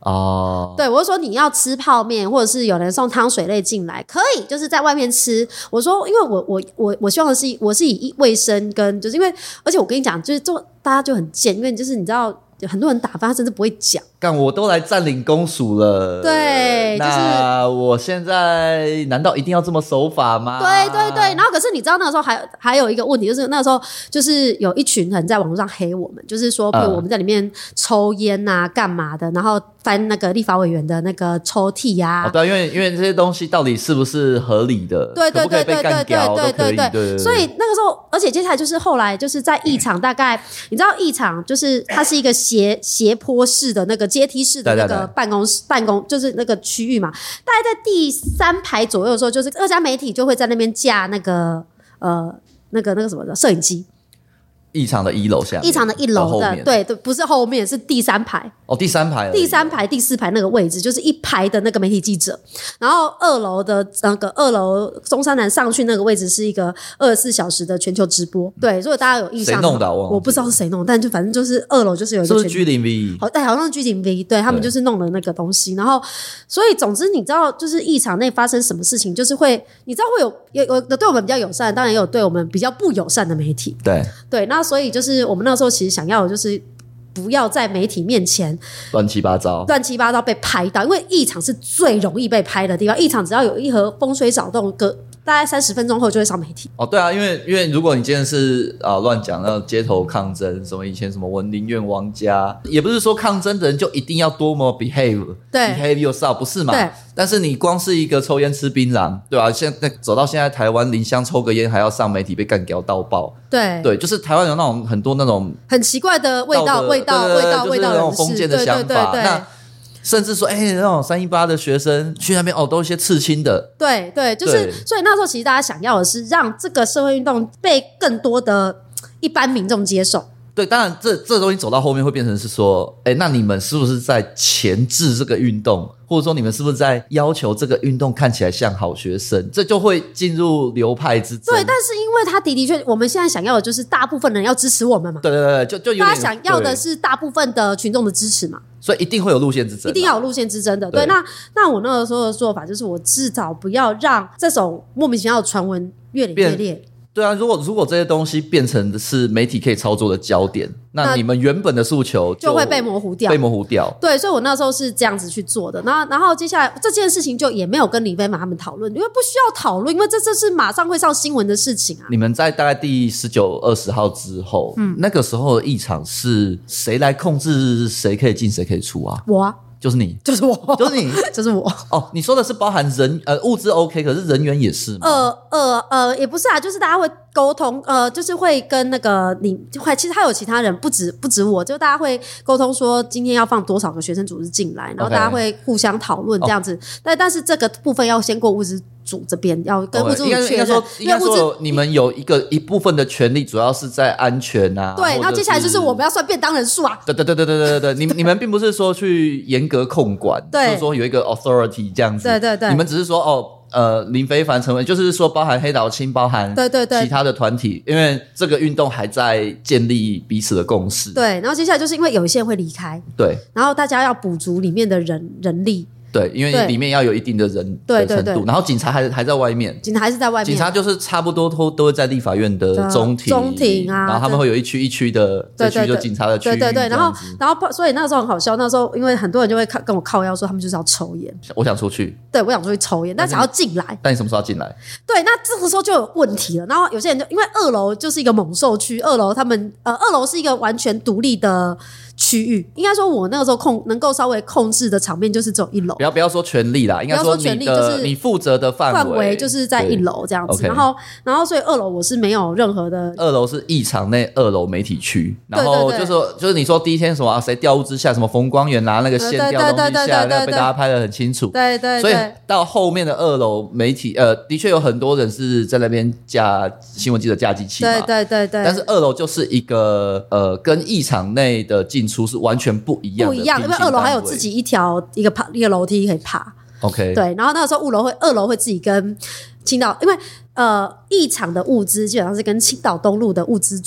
Speaker 1: 哦，
Speaker 2: 对，我就说你要吃泡面，或者是有人送汤水类进来，可以，就是在外面吃。我说，因为我希望的是，我是以卫生跟就是因为，而且我跟你讲，就是大家就很贱，因为就是你知道。很多人打翻，他甚至不会讲。
Speaker 1: 干，我都来占领公署了。
Speaker 2: 对，
Speaker 1: 那我现在难道一定要这么守法吗？
Speaker 2: 对对对。然后可是你知道那个时候还有一个问题，就是那个时候就是有一群人在网络上黑我们，就是说，比如我们在里面抽烟啊、干嘛的，然后翻那个立法委员的那个抽屉啊。
Speaker 1: 对，因为这些东西到底是不是合理的？
Speaker 2: 对对对对对对对
Speaker 1: 对。
Speaker 2: 所以那个时候，而且接下来就是后来就是在议场，大概你知道议场就是它是一个斜坡式的那个阶梯式的那个办公就是那个区域嘛，大概在第3排左右的时候，就是各家媒体就会在那边架那个那个什么的摄影机。
Speaker 1: 议场的1楼下面，
Speaker 2: 议场的1楼的，对，不是后面，是第3排。
Speaker 1: 哦，第3排，
Speaker 2: 第3排、第4排那个位置，就是一排的那个媒体记者。然后2楼的那个2楼中山南上去那个位置是一个24小时的全球直播。对，如果大家有印象，
Speaker 1: 谁弄的？
Speaker 2: 我不知道是谁弄，但就反正就是2楼就是有一个，
Speaker 1: 是不是 G0V？
Speaker 2: 好像是 G0V， 对，他们就是弄了那个东西。然后，所以总之你知道，就是议场内发生什么事情，就是会，你知道会有的对我们比较友善，当然也有对我们比较不友善的媒体。对，那所以就是我们那时候其实想要的就是不要在媒体面前
Speaker 1: 乱七八糟
Speaker 2: 被拍到，因为议场是最容易被拍的地方，议场只要有一盒风吹草动，大概30分钟后就会上媒体。
Speaker 1: 哦，对啊，因为如果你今天是乱讲那种街头抗争，什么以前什么文林院王家，也不是说抗争的人就一定要多么 behave yourself， 不是嘛？
Speaker 2: 对。
Speaker 1: 但是你光是一个抽烟吃槟榔，对吧？现在走到现在，台湾林乡抽个烟还要上媒体被干掉到爆。对，就是台湾有那种很多那种
Speaker 2: 很奇怪的味道
Speaker 1: 就是那种封建的想法。那甚至说，那种318的学生去那边都一些刺青的。
Speaker 2: 对，就是所以那时候其实大家想要的是让这个社会运动被更多的一般民众接受。
Speaker 1: 对，当然这东西走到后面会变成是说，那你们是不是在钳制这个运动，或者说你们是不是在要求这个运动看起来像好学生，这就会进入流派之争。
Speaker 2: 对，但是因为他的确，我们现在想要的就是大部分人要支持我们嘛。
Speaker 1: 对，就有点，
Speaker 2: 大家想要的是大部分的群众的支持嘛。
Speaker 1: 所以一定会有路线之争，
Speaker 2: 一定要有路线之争的。对，那我那个时候的做法就是，我至少不要让这种莫名其妙的传闻越演越烈。
Speaker 1: 对啊，如果这些东西变成是媒体可以操作的焦点，那你们原本的诉求
Speaker 2: 就会被模糊掉。对，所以我那时候是这样子去做的。然后接下来这件事情就也没有跟李飞马他们讨论，因为不需要讨论，因为这是马上会上新闻的事情啊。
Speaker 1: 你们在大概第19、20号之后，那个时候的议场是谁来控制谁可以进谁可以出啊？
Speaker 2: 我啊。
Speaker 1: 就是你，
Speaker 2: 就是我，
Speaker 1: 就是你，
Speaker 2: 就是我。
Speaker 1: 哦，你说的是包含物资 OK， 可是人员也是吗？
Speaker 2: 也不是啊，就是大家会沟通，就是会跟那个其实还有其他人，不止我，就大家会沟通说今天要放多少个学生组织进来，然后大家会互相讨论这样子。但是这个部分要先过物资组这边，要跟物资组确认。
Speaker 1: 应该说你们有一部分的权利，主要是在安全啊。
Speaker 2: 对，然后接下来就是我们要算便当人数啊。
Speaker 1: 对，你们并不是说去严格控管，就是说有一个 authority 这样子。
Speaker 2: 对，
Speaker 1: 你们只是说林非凡成为，就是说包含黑岛青，包含其他的团体，因为这个运动还在建立彼此的共识。
Speaker 2: 对，然后接下来就是因为有一些人会离开，
Speaker 1: 对，
Speaker 2: 然后大家要补足里面的人力。
Speaker 1: 对，因为里面要有一定的人的程度，然后警察还在外面，
Speaker 2: 警察还是在外面，
Speaker 1: 警察就是差不多都会在立法院的中庭
Speaker 2: 啊，
Speaker 1: 然后他们会有一区一区的，这区就警察的区域，
Speaker 2: 对，然后所以那时候很好笑，那时候因为很多人就会跟我靠腰说他们就是要抽烟，
Speaker 1: 我想出去，
Speaker 2: 对，我想出去抽烟，但想要进来，
Speaker 1: 但你什么时候要进来？
Speaker 2: 对，那这个时候就有问题了，然后有些人就因为2楼就是一个猛兽区，2楼2楼是一个完全独立的区域，应该说我那个时候能够稍微控制的场面就是只有1楼，
Speaker 1: 不要说权利啦，应该说你负责的范围
Speaker 2: 就是在1楼这样子，然后所以2楼我是没有任何的
Speaker 1: ，2楼是议场内2楼媒体区，然后就是你说第一天什么谁掉物资下，什么冯光远拿那个线掉东西下，那个被大家拍得很清楚，
Speaker 2: 对，
Speaker 1: 所以到后面的2楼媒体的确有很多人是在那边架新闻记者架机器嘛，
Speaker 2: 对，
Speaker 1: 但是2楼就是一个跟议场内的进出是完全不一样的，
Speaker 2: 因为2楼还有自己一个楼梯可以爬。
Speaker 1: OK，
Speaker 2: 对，然后那个时候2楼会自己跟青岛，因为议场的物资基本上是跟青岛东路的物资组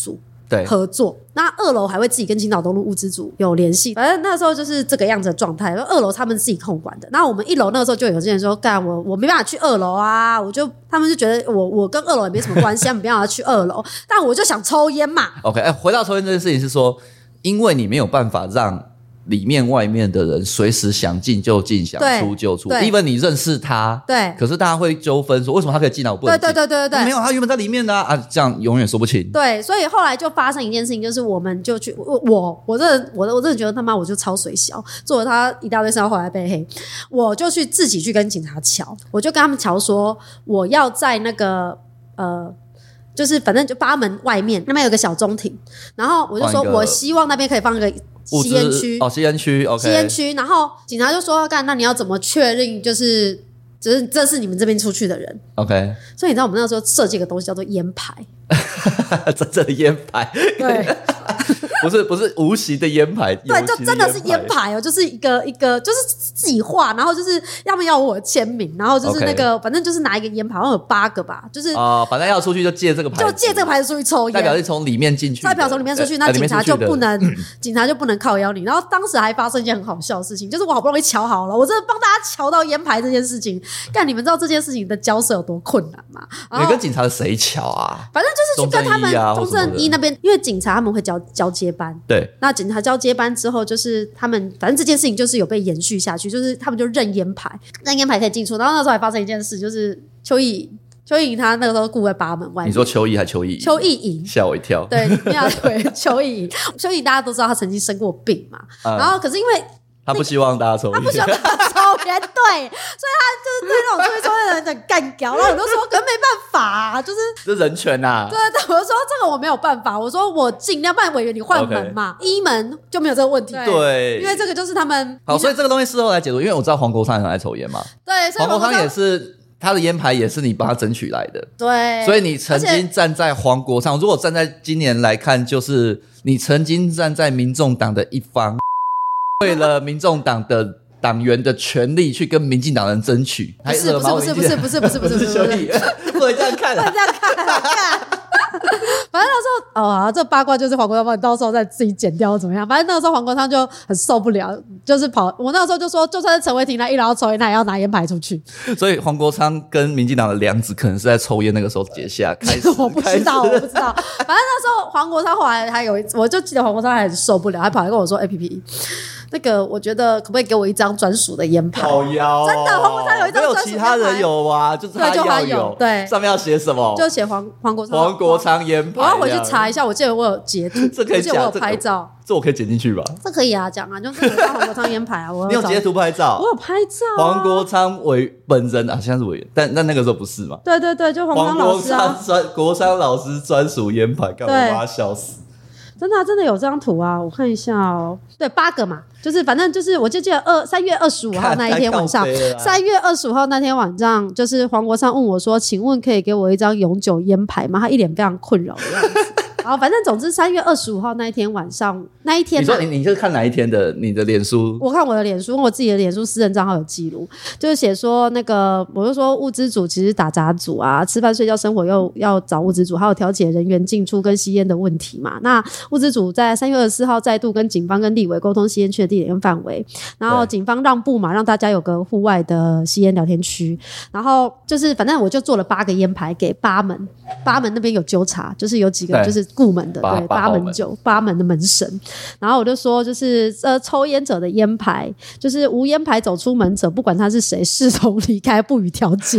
Speaker 2: 合作。那2楼还会自己跟青岛东路物资组有联系，反正那时候就是这个样子的状态。2楼他们自己控管的，那我们1楼那个时候就有些人说，干我没办法去2楼啊，他们就觉得我跟2楼也没什么关系，他们没办法去2楼，但我就想抽烟嘛。
Speaker 1: OK， 回到抽烟这件事情是说，因为你没有办法让里面外面的人随时想进就进，想出就出。even 你认识他，对，可是大家会纠纷说，为什么他可以进来我不能进？对，没有，他原本在里面的啊，这样永远说不清。
Speaker 2: 对，所以后来就发生一件事情，就是我们就去，我真的觉得他妈我就超水小，做了他一大堆事，后来被黑，我就自己去跟警察瞧，我就跟他们瞧说，我要在那个就是反正就8门外面那边有个小中庭，然后我就说我希望那边可以放一个吸烟区
Speaker 1: 吸烟区 OK
Speaker 2: 吸烟区，然后警察就说干，那你要怎么确认就是这是你们这边出去的人
Speaker 1: OK，
Speaker 2: 所以你知道我们那时候设计一个东西叫做烟牌
Speaker 1: 真正的烟牌
Speaker 2: 对
Speaker 1: 不是无形的烟牌，
Speaker 2: 对，就真的是烟牌哦，就是一个就是自己画，然后就是要我签名，然后就是那个反正就是拿一个烟牌，好像有8个吧，就是
Speaker 1: 反正要出去就借这个牌子，
Speaker 2: 就借这个牌子出去抽烟，
Speaker 1: 代表是从里面进去，
Speaker 2: 代表从里面出去，那警察就不能靠腰你。然后当时还发生一件很好笑的事情，就是我好不容易瞧好了，我真的帮大家瞧到烟牌这件事情，干，你们知道这件事情的交涉有多困难吗？
Speaker 1: 你跟警察的谁瞧啊？
Speaker 2: 反正就是去跟他们中正一那边，因为警察他们会交接班，
Speaker 1: 对，
Speaker 2: 那警察交接班之后，就是他们反正这件事情就是有被延续下去，就是他们就认烟牌可以进出。然后那时候还发生一件事，就是邱意莹他那个时候顾在8门外面。
Speaker 1: 你说邱意还邱意莹？吓我一跳。
Speaker 2: 对，邱意莹大家都知道他曾经生过病嘛，然后可是因为
Speaker 1: 他不希望大家抽烟，
Speaker 2: 他不希望大家抽烟，对，所以他就是对那种出去抽烟的人很干屌。然后我就说，可是没办法啊，就是
Speaker 1: 这人权啊。
Speaker 2: 对，我就说这个我没有办法，我说我尽量，不然委员你换门嘛，1门就没有这个问题。
Speaker 1: 对，
Speaker 2: 因为这个就是他们
Speaker 1: 好，所以这个东西事后来解读，因为我知道黄国昌很爱抽烟嘛，
Speaker 2: 对，所以
Speaker 1: 黄国昌也是。他的烟牌也是你帮他争取来的，
Speaker 2: 对，
Speaker 1: 所以你曾经站在黄国昌，如果站在今年来看，就是你曾经站在民众党的一方，为了民众党的党员的权利去跟民进党人争取，
Speaker 2: 不是，不能这样看，
Speaker 1: 不能这样看。
Speaker 2: 反正那时候这八卦就是黄国昌帮你到时候再自己剪掉怎么样？反正那个时候黄国昌就很受不了，就是我那个时候就说，就算是陈伟霆他1楼要抽烟，他也要拿烟牌出去。
Speaker 1: 所以黄国昌跟民进党的梁子可能是在抽烟那个时候结下开始。
Speaker 2: 我不知道。反正那时候黄国昌后来还有我就记得黄国昌还很受不了，还跑来跟我说：“APP。”那个，我觉得可不可以给我一张专属的烟牌？
Speaker 1: 好妖，
Speaker 2: 真的，黄国昌有一张专属烟牌，
Speaker 1: 没有其他人有啊，就是他有，
Speaker 2: 对，
Speaker 1: 上面要写什么？
Speaker 2: 就写黄国昌
Speaker 1: 烟牌。
Speaker 2: 我要回去查一下，我记得我有截图，
Speaker 1: 这可以讲，
Speaker 2: 我有拍照，
Speaker 1: 这我可以剪进去吧？
Speaker 2: 这可以啊，讲啊，就是黄国昌烟牌啊，
Speaker 1: 你有截图拍照？
Speaker 2: 我有拍照。
Speaker 1: 黄国昌本人啊，现在是委员，但那个时候不是嘛？
Speaker 2: 对，就黄国昌
Speaker 1: 国昌老师专属烟牌，干我把他笑死。
Speaker 2: 真的有这张图啊，我看一下哦。对，8个嘛，就是反正就是我就记得3月25号那一天晚上，3月25号那天晚上，就是黄国昌问我说：“请问可以给我一张永久烟牌吗？”他一脸非常困扰的样子。然后反正总之3月25号那一天晚上，那一天
Speaker 1: 你说你是看哪一天的你的脸书？
Speaker 2: 我看我的脸书，因为我自己的脸书私人账号有记录，就是写说那个我就说物资组其实打杂组啊，吃饭睡觉生活又要找物资组，还有调解人员进出跟吸烟的问题嘛。那物资组在3月24号再度跟警方跟立委沟通吸烟区的地点跟范围，然后警方让步嘛，让大家有个户外的吸烟聊天区，然后就是反正我就做了8个烟牌给8门那边有纠察，就是有几个就是顾门的，对，8门的门神。然后我就说，就是抽烟者的烟牌，就是无烟牌走出门者，不管他是谁，视同离开，不予调解。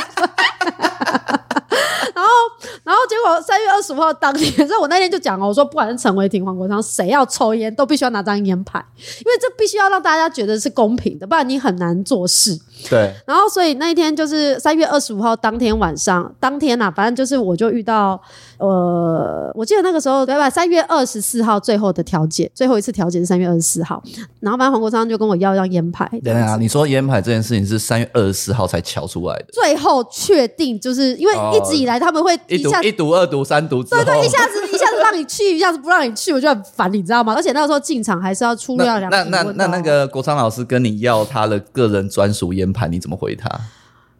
Speaker 2: 然后结果3月25号当天，所以我那天就讲我说不管是陈伟霆、黄国昌，谁要抽烟都必须要拿张烟牌，因为这必须要让大家觉得是公平的，不然你很难做事。
Speaker 1: 对。
Speaker 2: 然后所以那一天就是3月25号当天晚上，反正就是我就遇到我记得那个时候对吧？3月24号最后一次调解是3月24号，然后反正黄国昌就跟我要一张烟牌。
Speaker 1: 对啊，你说烟牌这件事情是3月24号才敲出来的，
Speaker 2: 最后确定就是因为一直以来他们会
Speaker 1: 一读二读三读之后，
Speaker 2: 对，一下子让你去，一下子不让你去，我就很烦，你知道吗？而且那个时候进场还是要出入要量体温。
Speaker 1: 那个国昌老师跟你要他的个人专属烟牌，你怎么回他？
Speaker 2: 那个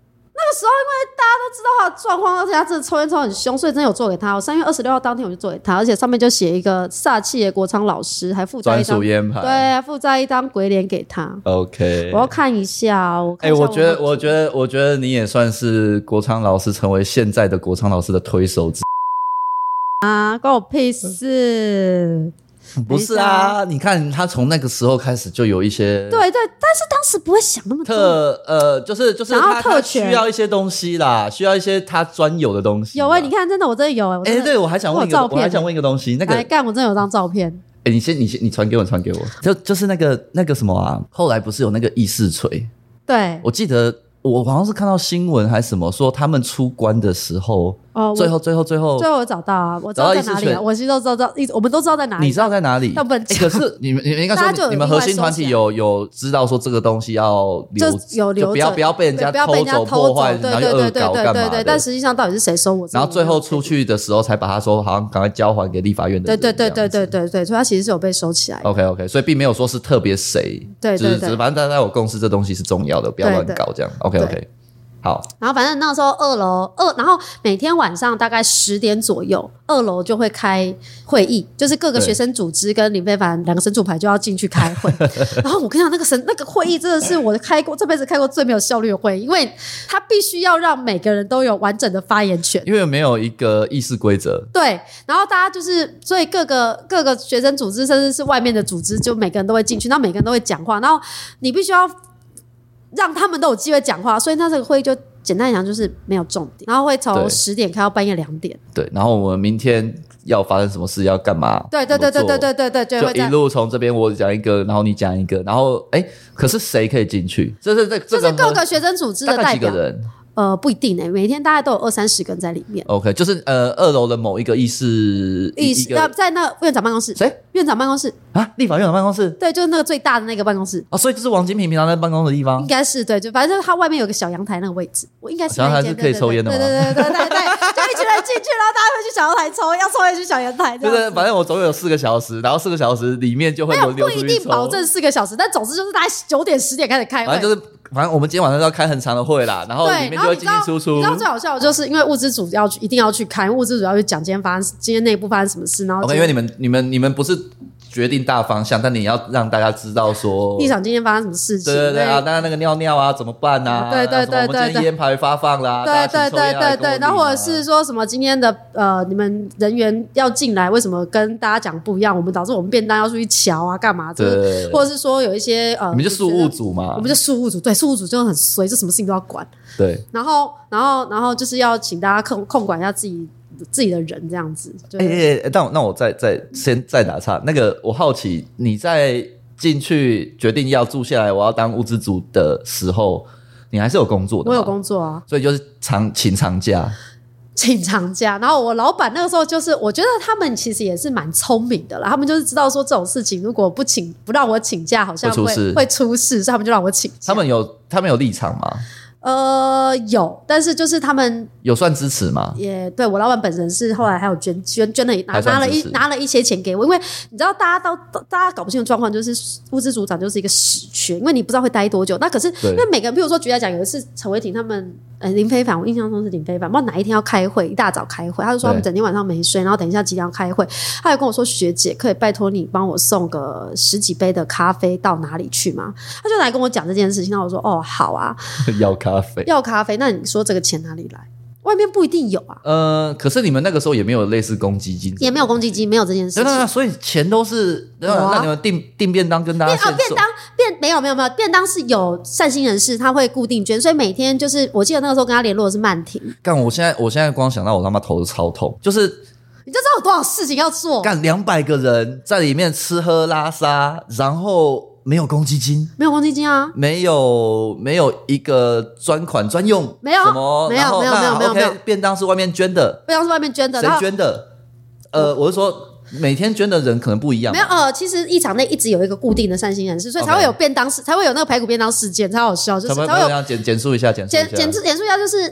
Speaker 2: 个时候因为大家都知道他的状况，而且他真的抽烟抽很凶，所以真的有做给他。我3月26号当天我就做给他，而且上面就写一个煞气的国昌老师，还附在一张
Speaker 1: 专属烟牌，
Speaker 2: 对，附在一张鬼脸给他。
Speaker 1: OK，
Speaker 2: 我要看一下。我
Speaker 1: 觉得你也算是国昌老师成为现在的国昌老师的推手之
Speaker 2: 啊，关我屁事。
Speaker 1: 不是啊，你看他从那个时候开始就有一些
Speaker 2: 对，但是当时不会想那么多，
Speaker 1: 就是他需要一些东西啦，需要一些他专有的东西。
Speaker 2: 有你看，真的我真的有
Speaker 1: 对，我还想问一个东西，那个
Speaker 2: 干，我真的有张照片。
Speaker 1: 你传给我，就是那个什么啊？后来不是有那个议事锤？对，我记得我好像是看到新闻还是什么，说他们出关的时候，最后
Speaker 2: 我找到啊，我知道在哪里啊，我其实都知道，我们都知道在哪里。
Speaker 1: 你知道在哪里？可是你们应该说你们核心团体有知道说这个东西要留，就不要被人家偷走破坏，然后恶搞干嘛的？
Speaker 2: 但实际上到底是谁收我？
Speaker 1: 然后最后出去的时候才把他说好像赶快交还给立法院的人。
Speaker 2: 对，所以他其实是有被收起来。
Speaker 1: OK， 所以并没有说是特别谁，
Speaker 2: 对，
Speaker 1: 只是反正大家有共识，这东西是重要的，不要乱搞这样。OK。好，
Speaker 2: 然后反正那时候然后每天晚上大概10点左右，2楼就会开会议，就是各个学生组织跟林非凡2个神主牌就要进去开会。然后我跟你讲，那个会议真的是我这辈子开过最没有效率的会议，因为他必须要让每个人都有完整的发言权，
Speaker 1: 因为没有一个议事规则。
Speaker 2: 对，然后大家所以各个学生组织甚至是外面的组织，就每个人都会进去，然后每个人都会讲话，然后你必须要让他们都有机会讲话，所以那这个会议就简单讲就是没有重点，然后会从10点开到半夜2点。
Speaker 1: 对，然后我们明天要发生什么事要干嘛？
Speaker 2: 对，
Speaker 1: 就一路从这边我讲一个，然后你讲一个，然后可是谁可以进去？就是
Speaker 2: 各个学生组织的代表。大概几个人？不一定每天大概都有20-30个人在里面。
Speaker 1: OK， 就是2楼的某一个议事
Speaker 2: 在那院长办公室。
Speaker 1: 谁？
Speaker 2: 院长办公室
Speaker 1: 啊？立法院长办公室？
Speaker 2: 对，就是那个最大的那个办公室。
Speaker 1: 所以这是王金平平常在办公的地方。
Speaker 2: 应该是对，就反正他外面有个小阳台那个位置，我应该是
Speaker 1: 小阳台是可以抽烟的吗？
Speaker 2: 对，就一群人进去，然后大家会去小阳台抽，要抽烟去小阳台。
Speaker 1: 就是反正我总共有4个小时，然后4个小时里面就会轮流出去抽。
Speaker 2: 不一定保证4个小时，但总之就是大概9点10点开始开会。
Speaker 1: 反正我们今天晚上要开很长的会啦，然后里面就会进进出出。
Speaker 2: 你知道最好笑的就是因为物资组一定要去开，物资组要去讲今天内部发生什么事，然后
Speaker 1: 因为你们不是决定大方向，但你要让大家知道说
Speaker 2: 立场今天发生什么事情。
Speaker 1: 对啊，当然那个尿尿啊怎么办啊？
Speaker 2: 对，
Speaker 1: 我们今天烟牌发放啦，
Speaker 2: 对，然后或者是说什么今天的你们人员要进来，为什么跟大家讲不一样？我们导致我们便当要出去瞧啊，干嘛？对，或者是说有一些
Speaker 1: 你们就事务组嘛，
Speaker 2: 我们就事务组，对，事务组就很衰，就什么事情都要管。
Speaker 1: 对，
Speaker 2: 然后就是要请大家控管一下自己的人这样子。
Speaker 1: 那我先打岔，那个我好奇你在进去决定要住下来，我要当物资组的时候，你还是有工作的吗？
Speaker 2: 我有工作啊，
Speaker 1: 所以就是请长假。
Speaker 2: 然后我老板那个时候就是，我觉得他们其实也是蛮聪明的啦，他们就是知道说这种事情如果不让我请假，好像会出事，所以他们就让我请假。
Speaker 1: 他们有立场吗？
Speaker 2: 有，但是就是他们
Speaker 1: 有算支持吗？
Speaker 2: 也对，我老板本身是后来还有捐了拿了一些钱给我，因为你知道大家搞不清楚状况，就是物资组长就是一个死缺，因为你不知道会待多久。那可是因为每个人，譬如说举例来讲，有一次陈伟霆他们林非凡，我印象中是林非凡，不知道哪一天要开会，一大早开会，他就说他们整天晚上没睡，然后等一下几点要开会，他就跟我说学姐可以拜托你帮我送个10几杯的咖啡到哪里去吗？他就来跟我讲这件事情，那我说好啊，要咖啡，那你说这个钱哪里来？外面不一定有啊。
Speaker 1: 可是你们那个时候也没有类似公积金，
Speaker 2: 也没有公积金，没有这件事情。
Speaker 1: 所以钱都是那你们订便当跟大家限售。
Speaker 2: 没有便当是有善心人士他会固定捐，所以每天就是我记得那个时候跟他联络的是曼婷。
Speaker 1: 我现在光想到我他妈头超痛，就是
Speaker 2: 你就知道有多少事情要做。
Speaker 1: 200个人在里面吃喝拉撒，然后。没有公积金，
Speaker 2: 没有公积金啊，
Speaker 1: 没有一个专款专用，
Speaker 2: 没有
Speaker 1: 什么，
Speaker 2: 没有，
Speaker 1: 便当是外面捐的，谁捐的？我是说每天捐的人可能不一样，
Speaker 2: 没有其实一场内一直有一个固定的善心人士，所以才会有才会有那个排骨便当事件，超好笑，就是才会有
Speaker 1: 简述一下，
Speaker 2: 就是那个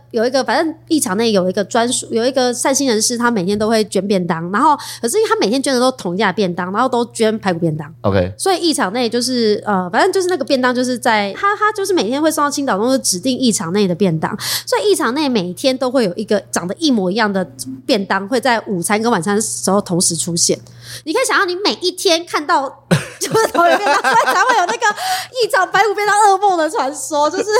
Speaker 2: 反正议场内有一个专属，有一个善心人士，他每天都会捐便当，然后可是因为他每天捐的都同一家便当，然后都捐排骨便当。
Speaker 1: OK，
Speaker 2: 所以议场内就是反正就是那个便当就是在他就是每天会送到青岛东是指定议场内的便当，所以议场内每天都会有一个长得一模一样的便当会在午餐跟晚餐的时候同时出现。你可以想象，你每一天看到就是同一个便当，所以才会有那个议场排骨便当噩梦的传说，就是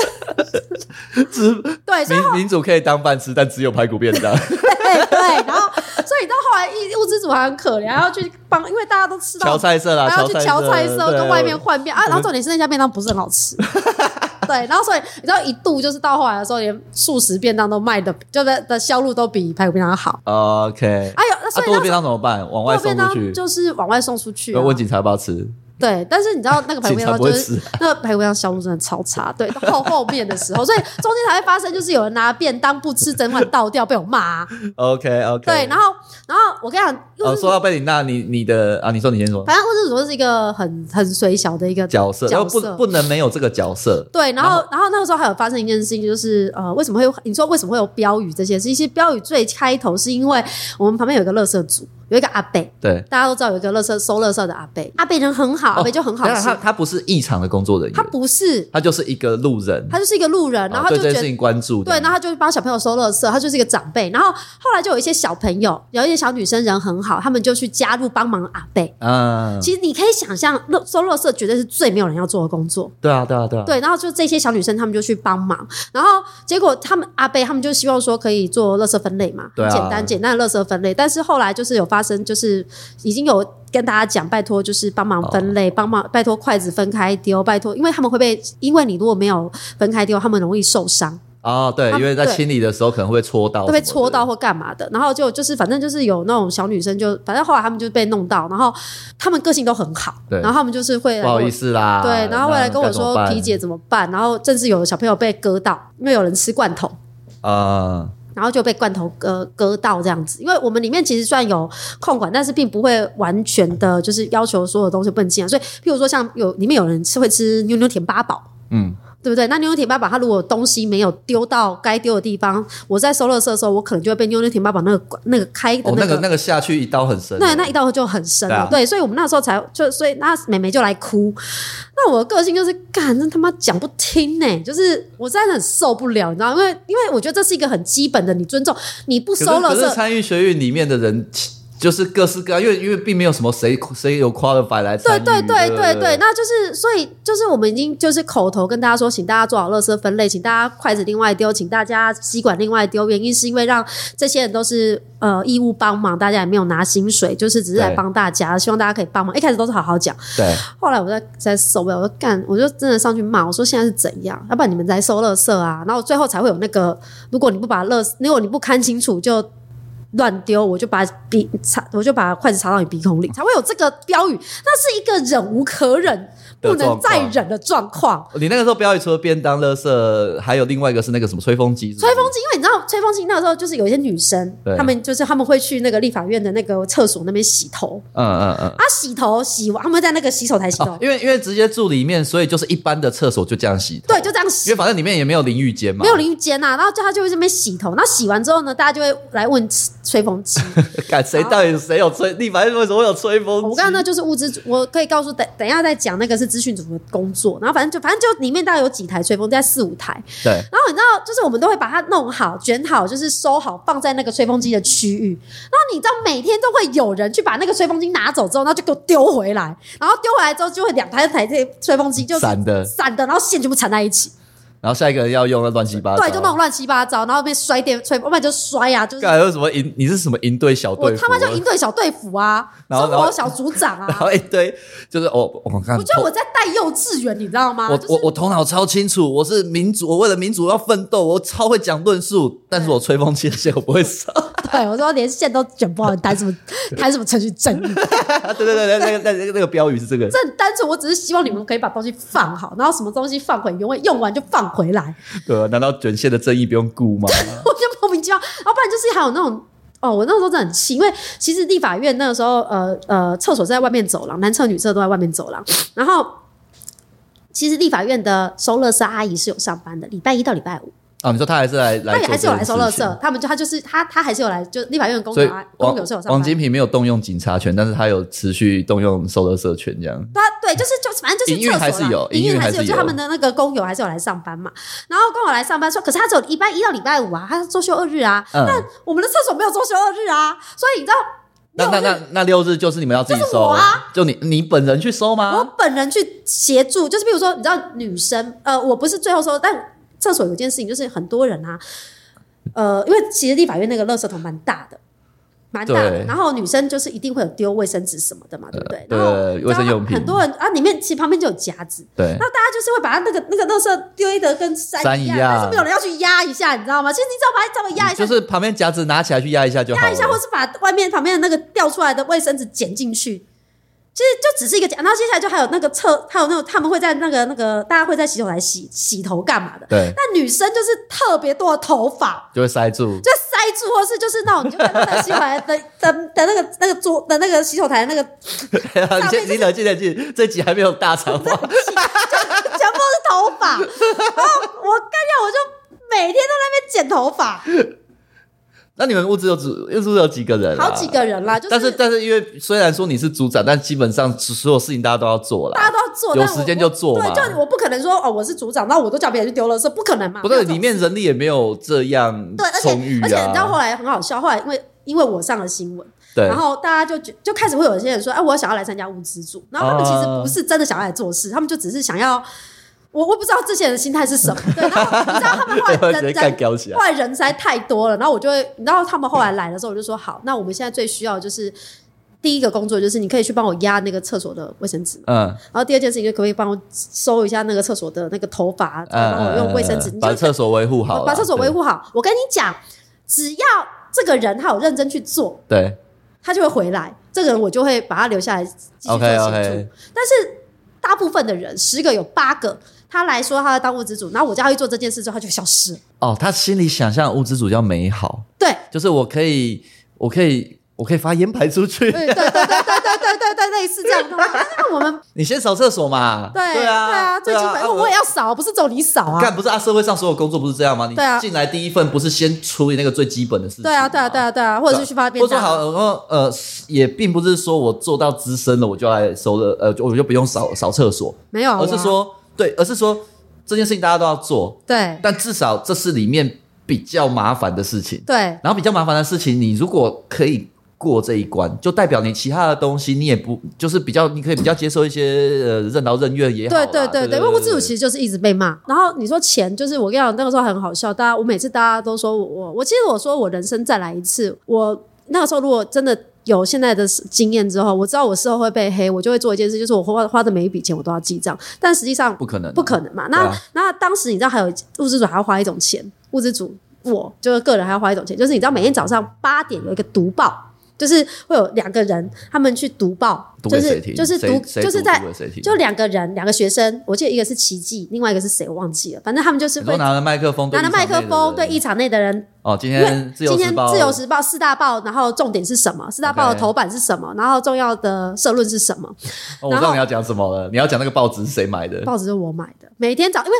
Speaker 2: 对，所以
Speaker 1: 民主可以当饭吃，但只有排骨便当。
Speaker 2: 对，然后所以到后来物资组还很可怜，还要去帮，因为大家都吃到
Speaker 1: 乔菜色啦，
Speaker 2: 还要去乔菜色跟外面换便啊，然后重点是那家便当不是很好吃。对，然后所以你知道一度就是到后来的时候，连素食便当都卖的，就是的销路都比排骨便当好。
Speaker 1: OK，
Speaker 2: 哎呦，那所以
Speaker 1: 多的便当怎么办？往外送出去，
Speaker 2: 就是往外送出去、
Speaker 1: 问警察要不要吃。
Speaker 2: 对，但是你知道那个排骨便当就是那个排骨便当销路真的超差，对，到后面的时候，所以中间才会发生，就是有人拿便当不吃，整碗倒掉，被我骂、
Speaker 1: OK，
Speaker 2: 对，然后我跟你讲，
Speaker 1: 说到贝里娜，你的啊，你说你先说。
Speaker 2: 反正物资组是一个很水小的一个
Speaker 1: 角色，不能没有这个角色。
Speaker 2: 对，然后那个时候还有发生一件事情，就是为什么会你说为什么会有标语这些事？其实标语最开头是因为我们旁边有一个垃圾组。有一个阿伯，
Speaker 1: 对，
Speaker 2: 大家都知道有一个收垃圾的阿伯，阿伯人很好，阿伯就很好心。
Speaker 1: 他不是议场的工作人员，
Speaker 2: 他不是，
Speaker 1: 他就是一个路人，
Speaker 2: 然后他就
Speaker 1: 对这件事情关注，
Speaker 2: 对，然后他就帮小朋友收垃圾，他就是一个长辈。然后后来就有一些小朋友，有一些小女生人很好，他们就去加入帮忙阿伯。其实你可以想象，收垃圾绝对是最没有人要做的工作。
Speaker 1: 对啊。
Speaker 2: 对，然后就这些小女生，她们就去帮忙，然后结果阿伯他们就希望说可以做垃圾分类嘛，
Speaker 1: 对啊，
Speaker 2: 简单的垃圾分类。但是后来就是有发生，就是已经有跟大家讲，拜托就是帮忙分类，拜托筷子分开丢，拜托，因为他们会因为你如果没有分开丢，他们容易受伤。
Speaker 1: 对，因为在清理的时候可能会被戳到，
Speaker 2: 会被戳到或干嘛的，然后就是反正就是有那种小女生反正后来他们就被弄到，然后他们个性都很好，然后他们就是会
Speaker 1: 不好意思啦，
Speaker 2: 对，然后会来跟我说皮姐怎么办，然后甚至有小朋友被割到，因为有人吃罐头然后就被罐头割到这样子，因为我们里面其实算有控管，但是并不会完全的就是要求所有东西不能进来，所以譬如说像里面有人会吃妞妞甜八宝，对不对？那妞妞甜八宝，它如果东西没有丢到该丢的地方，我在收垃圾的时候，我可能就会被妞妞甜八宝那个开的
Speaker 1: 那个下去一刀很深，
Speaker 2: 对，那一刀就很深了。对，所以我们那时候所以那妹妹就来哭。那我的个性就是干，那他妈讲不听呢，就是我真的很受不了，你知道，因为我觉得这是一个很基本的，你尊重，你不收垃圾，
Speaker 1: 可是参与学运里面的人。就是各式各样，因为并没有什么谁有 qualify 来参与。
Speaker 2: 对，那就是所以就是我们已经就是口头跟大家说，请大家做好垃圾分类，请大家筷子另外丢，请大家吸管另外丢。原因是因为让这些人都是义务帮忙，大家也没有拿薪水，就是只是来帮大家，希望大家可以帮忙。一开始都是好好讲，
Speaker 1: 对。
Speaker 2: 后来我在受不了，我就真的上去骂，我说现在是怎样？要不然你们来收垃圾啊？然后最后才会有那个，如果你不看清楚就。乱丢，我就把筷子插到你鼻孔里，才会有这个标语。那是一个忍无可忍、不能再忍的状况。
Speaker 1: 你那个时候标语除了便当、垃圾，还有另外一个是那个什么吹风机。
Speaker 2: 吹风机，因为你知道吹风机那个时候就是有一些女生，她们会去那个立法院的那个厕所那边洗头。洗头洗完，他们会在那个洗手台洗头。
Speaker 1: 因为直接住里面，所以就是一般的厕所就这样洗头。
Speaker 2: 对，就这样洗。
Speaker 1: 因为反正里面也没有淋浴间嘛。
Speaker 2: 没有淋浴间啊，然后他就会在那边洗头。那洗完之后呢，大家就会来问吹风机。
Speaker 1: 看谁有吹？立法院为什么会有吹风机？
Speaker 2: 我刚刚那就是物资，我可以告诉等一下再讲那个是资讯组的工作。然后反正就里面大概有几台吹风机，在4-5台。
Speaker 1: 对。
Speaker 2: 然后你知道，就是我们都会把它弄好、卷好，就是收好，放在那个吹风机的区域。然后你知道，每天都会有人去把那个吹风机拿走之后，然后就给我丢回来。然后丢回来之后，就会2台这吹风机就是散的，然后线全部缠在一起。
Speaker 1: 然后下一个人要用的乱七八糟，
Speaker 2: 对，就那种乱七八糟，然后被摔电吹，要不然就摔啊，就是。
Speaker 1: 有什么你是什么营队小队？
Speaker 2: 我他妈就营队小队服啊，生活小组长啊，
Speaker 1: 然后一堆就是我
Speaker 2: 觉得我在带幼稚园，你知道吗？
Speaker 1: 我头脑超清楚，我是民主，我为了民主要奋斗，我超会讲论述，但是我吹风机的线我不会烧。
Speaker 2: 对，我说连线都卷不好，你谈什么程序正义？
Speaker 1: 对，那个标语是这个。
Speaker 2: 这很单纯，我只是希望你们可以把东西放好，然后什么东西放回原位，用完就放回来。
Speaker 1: 对啊，难道卷线的正义不用顾吗？
Speaker 2: 我就莫名其妙，要不然就是还有那种我那个时候真的很气，因为其实立法院那个时候厕所是在外面走廊，男厕女厕都在外面走廊，然后其实立法院的收垃圾阿姨是有上班的，礼拜1到礼拜5。
Speaker 1: 哦，你说他还是来
Speaker 2: 他也还是有来收垃圾，他就是他还是有来，就立法院的公有是有上班。
Speaker 1: 王金平没有动用警察权，但是他有持续动用收垃圾权，这样。
Speaker 2: 对，就是反正就是
Speaker 1: 营运还是有，
Speaker 2: 营运还是有，就他们的那个工友还是有来上班嘛。然后工友来上班说，可是他只有礼拜一到礼拜五啊，他周休2日啊。但我们的厕所没有周休2日啊，所以你知道。
Speaker 1: 那6日就是你们要自己收啊？就你本人去收吗？
Speaker 2: 我本人去协助，就是比如说你知道女生我不是最后收，但厕所有件事情就是很多人啊，因为其实立法院那个垃圾桶蛮大的，然后女生就是一定会有丢卫生纸什么的嘛，对不对？然后
Speaker 1: 卫生用品
Speaker 2: 很多人啊，里面其实旁边就有夹子，
Speaker 1: 对，
Speaker 2: 那大家就是会把它那个垃圾丢的跟山一样，但是没有人要去压一下，你知道吗？其实你只要把它稍微压一下，
Speaker 1: 就是旁边夹子拿起来去压一下就好了，
Speaker 2: 压一下，或是把外面旁边的那个掉出来的卫生纸捡进去。其实就只是一个，然后接下来就还有那个还有那种他们会在那个大家会在洗手台洗头干嘛的？
Speaker 1: 对。
Speaker 2: 但女生就是特别多的头发，
Speaker 1: 就会塞住，
Speaker 2: 或是就是那种你就看到那个洗手台的那个桌的那个洗手台的那个
Speaker 1: 你冷静，这集还没有大肠话，
Speaker 2: 全部是头发，然后我就每天都在那边剪头发。
Speaker 1: 那你们屋子有几个人？
Speaker 2: 好几个人啦，就是
Speaker 1: 但是因为虽然说你是组长，但基本上所有事情大家都要做啦，
Speaker 2: 大家都要做，
Speaker 1: 有时间就做嘛。
Speaker 2: 对，就我不可能说我是组长，那我都叫别人去丢垃圾，不可能嘛。
Speaker 1: 不是，里面人力也没有这样充裕啊。
Speaker 2: 而且你知道后来很好笑，后来因为我上了新闻，
Speaker 1: 对，
Speaker 2: 然后大家就开始会有一些人说，我想要来参加物资组，然后他们其实不是真的想要来做事，他们就只是想要。我不知道这些人的心态是什么，对，然后你知道他们后来人实在太多了，然后我就会，你知道他们后来来的时候，我就说好，那我们现在最需要的就是第一个工作就是你可以去帮我压那个厕所的卫生纸，然后第二件事情就可以帮我收一下那个厕所的那个头发，帮我用卫生纸，
Speaker 1: 把厕所维护好，
Speaker 2: 把厕所维护好。我跟你讲，只要这个人他有认真去做，
Speaker 1: 对，
Speaker 2: 他就会回来，这个人我就会把他留下来继续做协助。但是大部分的人10个有8个。他来说他要当物资组，然后我叫他去做这件事之后，他就消失了。哦，
Speaker 1: 他心里想象物资组叫美好，
Speaker 2: 对，
Speaker 1: 就是我可以发烟牌出去，
Speaker 2: 对，类似这样的。那我们
Speaker 1: 你先扫厕所嘛，
Speaker 2: 对啊，最基本我也要扫，不是走你扫啊。
Speaker 1: 干不是啊，社会上所有工作不是这样吗？你进来第一份不是先处理那个最基本的事情？对啊，
Speaker 2: 或者是去发便当。
Speaker 1: 或者说好，也并不是说我做到资深了，我就来收了，我就不用扫厕所，
Speaker 2: 没有，
Speaker 1: 而是说这件事情大家都要做，
Speaker 2: 对，
Speaker 1: 但至少这是里面比较麻烦的事情，
Speaker 2: 对。
Speaker 1: 然后比较麻烦的事情，你如果可以过这一关，就代表你其他的东西你也不就是你可以比较接受一些任劳任怨也好啦。对，
Speaker 2: 因为物资组其实就是一直被骂。然后你说钱，就是我跟你讲那个时候很好笑，我每次大家都说我其实我说我人生再来一次，我那个时候如果真的有现在的经验之后，我知道我事后会被黑，我就会做一件事，就是我花的每一笔钱我都要记账，但实际上不可能嘛。那当时你知道还有物资组还要花一种钱，物资组我就是个人还要花一种钱，就是你知道每天早上8点有一个读报。就是会有2个人，他们去读报，就是就2个人，2个学生，我记得一个是奇迹，另外一个是谁我忘记了，反正他们就是会
Speaker 1: 拿着麦克风对
Speaker 2: 议场内的人。
Speaker 1: 哦，今天自由时报
Speaker 2: 4大报，然后重点是什么？4大报的头版是什么？然后重要的社论是什么？
Speaker 1: 我知道你要讲什么了，你要讲那个报纸是谁买的？
Speaker 2: 报纸是我买的，每天因为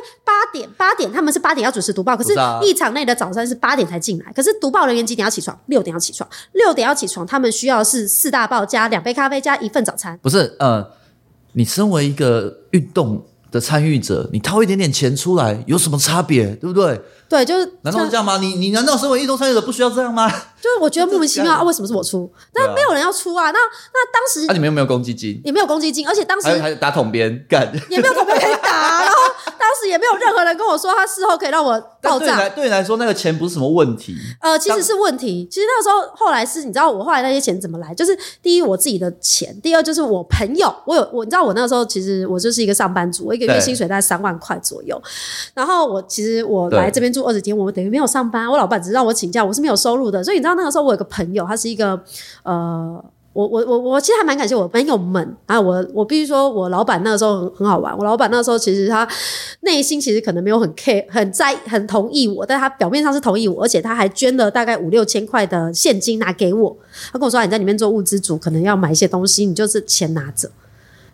Speaker 2: 8点他们是8点要准时读报，可是议场内的早餐是8点才进来，可是读报人员几点要起床？6点要起床，6点要起床，他们需要的是4大报加2杯咖啡加1份早餐。
Speaker 1: 不是，你身为一个运动的参与者，你掏一点点钱出来有什么差别？对不对？
Speaker 2: 对，就是
Speaker 1: 难道是这样吗？你难道身为运动参与者不需要这样吗？
Speaker 2: 就是我觉得莫名其妙为什么是我出？但没有人要出啊。那当时
Speaker 1: 你们有没有公积金？
Speaker 2: 也没有公积金，而且当时
Speaker 1: 还打统编干，
Speaker 2: 也没有统编可以打。然后当时也没有任何人跟我说他事后可以让我报账。
Speaker 1: 对你来说，那个钱不是什么问题。
Speaker 2: 其实是问题。其实那个时候后来是，你知道我后来那些钱怎么来？就是第一我自己的钱，第二就是我朋友，你知道我那个时候其实我就是一个上班族，我一个月薪水大概3万块左右。然后我来这边住20天，我等于没有上班，我老板只是让我请假，我是没有收入的。所以你知道那个时候我有个朋友，他是一个我其实还蛮感谢我朋友们啊，我必须说我老板那个时候很好玩。我老板那个时候其实他内心其实可能没有很 care 很同意我，但他表面上是同意我，而且他还捐了大概5-6千块的现金拿给我。他跟我说你在里面做物资组可能要买一些东西，你就是钱拿着。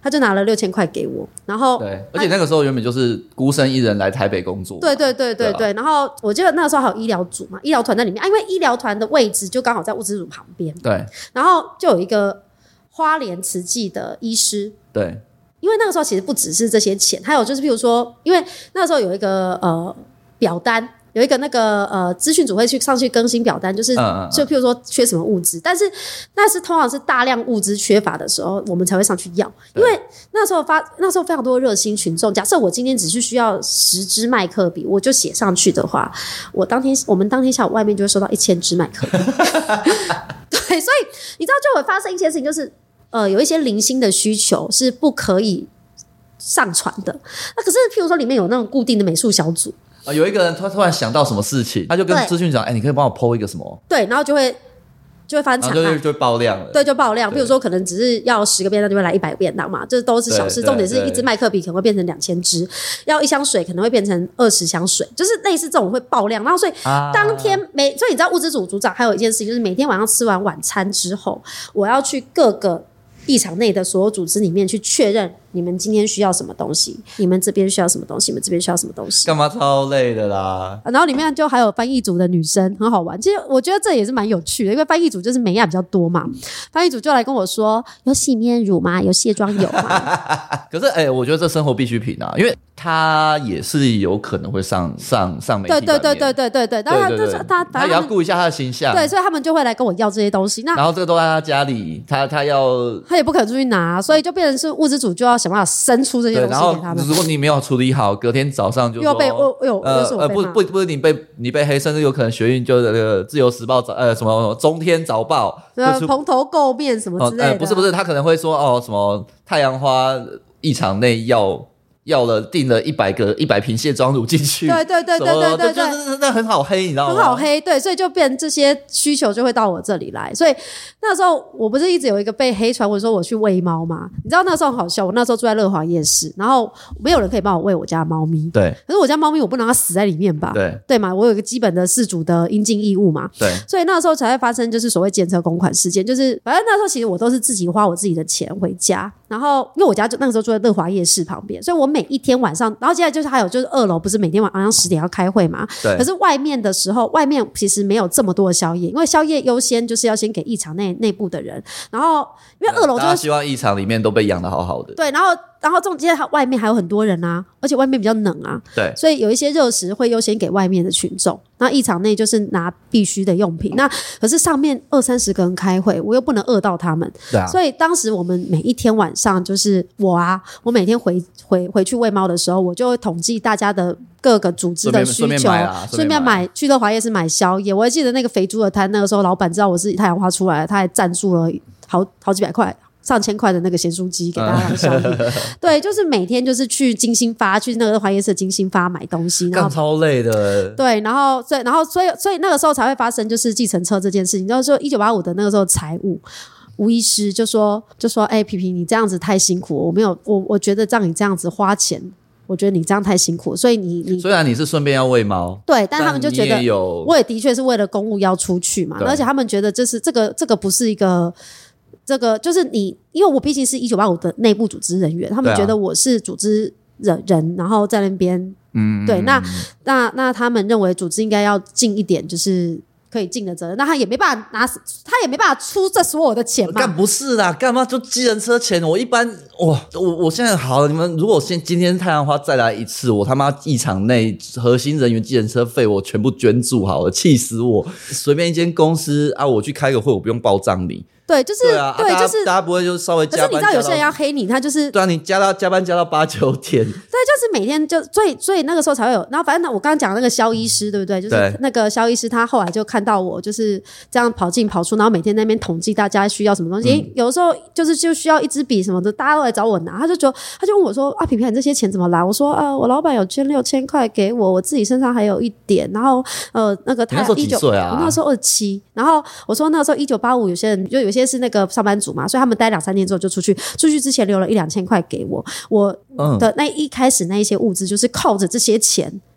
Speaker 2: 他就拿了6000块给我，然后
Speaker 1: 对，而且那个时候原本就是孤身一人来台北工作，
Speaker 2: 对对对对 对，然后我记得那个时候还有医疗组嘛，医疗团在里面因为医疗团的位置就刚好在物资组旁边，
Speaker 1: 对，
Speaker 2: 然后就有一个花莲慈济的医师，
Speaker 1: 对，
Speaker 2: 因为那个时候其实不只是这些钱，还有就是譬如说，因为那个时候有一个表单。有一个那个资讯组会上去更新表单，就是就譬如说缺什么物资，但是那是通常是大量物资缺乏的时候，我们才会上去要，因为那时候非常多热心群众。假设我今天只是需要10支麦克笔，我就写上去的话，我们当天下午外面就会收到1000支麦克笔。对，所以你知道就会发生一些事情，就是有一些零星的需求是不可以上传的。那可是譬如说里面有那种固定的美术小组。
Speaker 1: 有一个人突然想到什么事情，他就跟资讯讲，你可以帮我 po 一个什么？
Speaker 2: 对，然后就会翻墙，
Speaker 1: 就爆量了。
Speaker 2: 对，就爆量。比如说，可能只是要10个便当，就会来100个便当嘛，这都是小事。重点是一支麦克笔可能会变成2000支，要1箱水可能会变成20箱水，就是类似这种会爆量。然后所以当天所以你知道物资组组长还有一件事情，就是每天晚上吃完晚餐之后，我要去各个议场内的所有组织里面去确认你们今天需要什么东西，你们这边需要什么东西，你们这边需要什么东西，
Speaker 1: 干嘛超累的啦。
Speaker 2: 然后里面就还有翻译组的女生，很好玩。其实我觉得这也是蛮有趣的，因为翻译组就是美亚比较多嘛，翻译组就来跟我说有洗面乳吗？有卸妆油吗？
Speaker 1: 可是我觉得这生活必需品啊，因为他也是有可能会上媒体版面，
Speaker 2: 对，当然
Speaker 1: 他也要顾一下他的形象，
Speaker 2: 对，所以他们就会来跟我要这些东西。
Speaker 1: 然后这个都在他家里，他
Speaker 2: 也不可能出去拿，所以就变成是物资组就要想办法生出这些东西给他们。
Speaker 1: 然后如果你没有处理好，隔天早上就说
Speaker 2: 又被
Speaker 1: 不是你被黑，甚至有可能学运就那个自由时报什么中天早报
Speaker 2: 蓬头垢面什么之类的，
Speaker 1: 不是，他可能会说什么太阳花一场内订了100瓶卸妆乳进去，
Speaker 2: 对，
Speaker 1: 就是那很好黑，你知道吗？
Speaker 2: 很好黑，对，所以就变成这些需求就会到我这里来。所以那时候我不是一直有一个被黑传闻说我去喂猫吗？你知道那时候很好笑，我那时候住在乐华夜市，然后没有人可以帮我喂我家猫咪，
Speaker 1: 对，
Speaker 2: 可是我家猫咪我不能让它死在里面吧？对嘛，我有一个基本的饲主的应尽义务嘛，
Speaker 1: 对，
Speaker 2: 所以那时候才会发生就是所谓检测公款事件，就是反正那时候其实我都是自己花我自己的钱回家，然后因为我家就那个时候住在乐华夜市旁边，所以我每一天晚上，然后接下来就是还有就是2楼不是每天晚上10点要开会嘛？
Speaker 1: 对。
Speaker 2: 可是外面的时候，外面其实没有这么多的宵夜，因为宵夜优先就是要先给议场内部的人，然后因为2楼就是
Speaker 1: 大家希望议场里面都被养得好好的，
Speaker 2: 对，然后中间外面还有很多人啊，而且外面比较冷啊，
Speaker 1: 对，
Speaker 2: 所以有一些热食会优先给外面的群众，那议场内就是拿必须的用品，那可是上面20-30个人开会，我又不能饿到他们，
Speaker 1: 对啊，
Speaker 2: 所以当时我们每一天晚上就是我每天回去喂猫的时候，我就会统计大家的各个组织的需求，顺便买去乐华夜市买宵夜。我还记得那个肥猪的摊，那个时候老板知道我是太阳花出来的，他还赞助了好几百块。上千块的那个咸酥鸡给大家当宵夜，对，就是每天就是去金星发，去那个华夜市金星发买东西，然后
Speaker 1: 超累的，
Speaker 2: 对，然后所以那个时候才会发生就是计程车这件事情。就是说1985的那个时候财务吴医师就说皮皮你这样子太辛苦，我觉得让你这样子花钱。我觉得你这样太辛苦，所以你虽
Speaker 1: 然你是顺便要喂猫，
Speaker 2: 对，但他们就觉得我也的确是为了公务要出去嘛，而且他们觉得这个不是一个。这个就是因为我毕竟是1985的内部组织人员，他们觉得我是组织人，然后在那边，对，那他们认为组织应该要尽一点，就是可以尽的责任，那他也没办法他也没办法出这所有的钱嘛。
Speaker 1: 不是啦，干嘛就计程车钱？我一般我现在好了，你们如果今天太阳花再来一次，我他妈议场内核心人员计程车费我全部捐助好了，气死我！随便一间公司啊，我去开个会，我不用报账你。
Speaker 2: 对，就是对，就是
Speaker 1: 大家不会就稍微加班。
Speaker 2: 可是你知道有些人要黑你，他就是
Speaker 1: 对啊，你加班加到8-9点。对，
Speaker 2: 就是每天就所以那个时候才会有。然后反正我刚刚讲的那个肖医师，对不对？就是那个肖医师，他后来就看到我就是这样跑进跑出，然后每天在那边统计大家需要什么东西。有的时候就需要一支笔什么的，大家都来找我拿。他就问我说：“啊，皮皮，你这些钱怎么来？”我说：“我老板有捐6000块给我，我自己身上还有一点。然后那个他
Speaker 1: 那时候几岁啊？
Speaker 2: 我那时候27。然后我说那时候1985，有些人就有些是那个上班族嘛，所以他们待2-3年之后就出去之前留了1-2千块给我。我的那一开始那一些物资就是靠着这些钱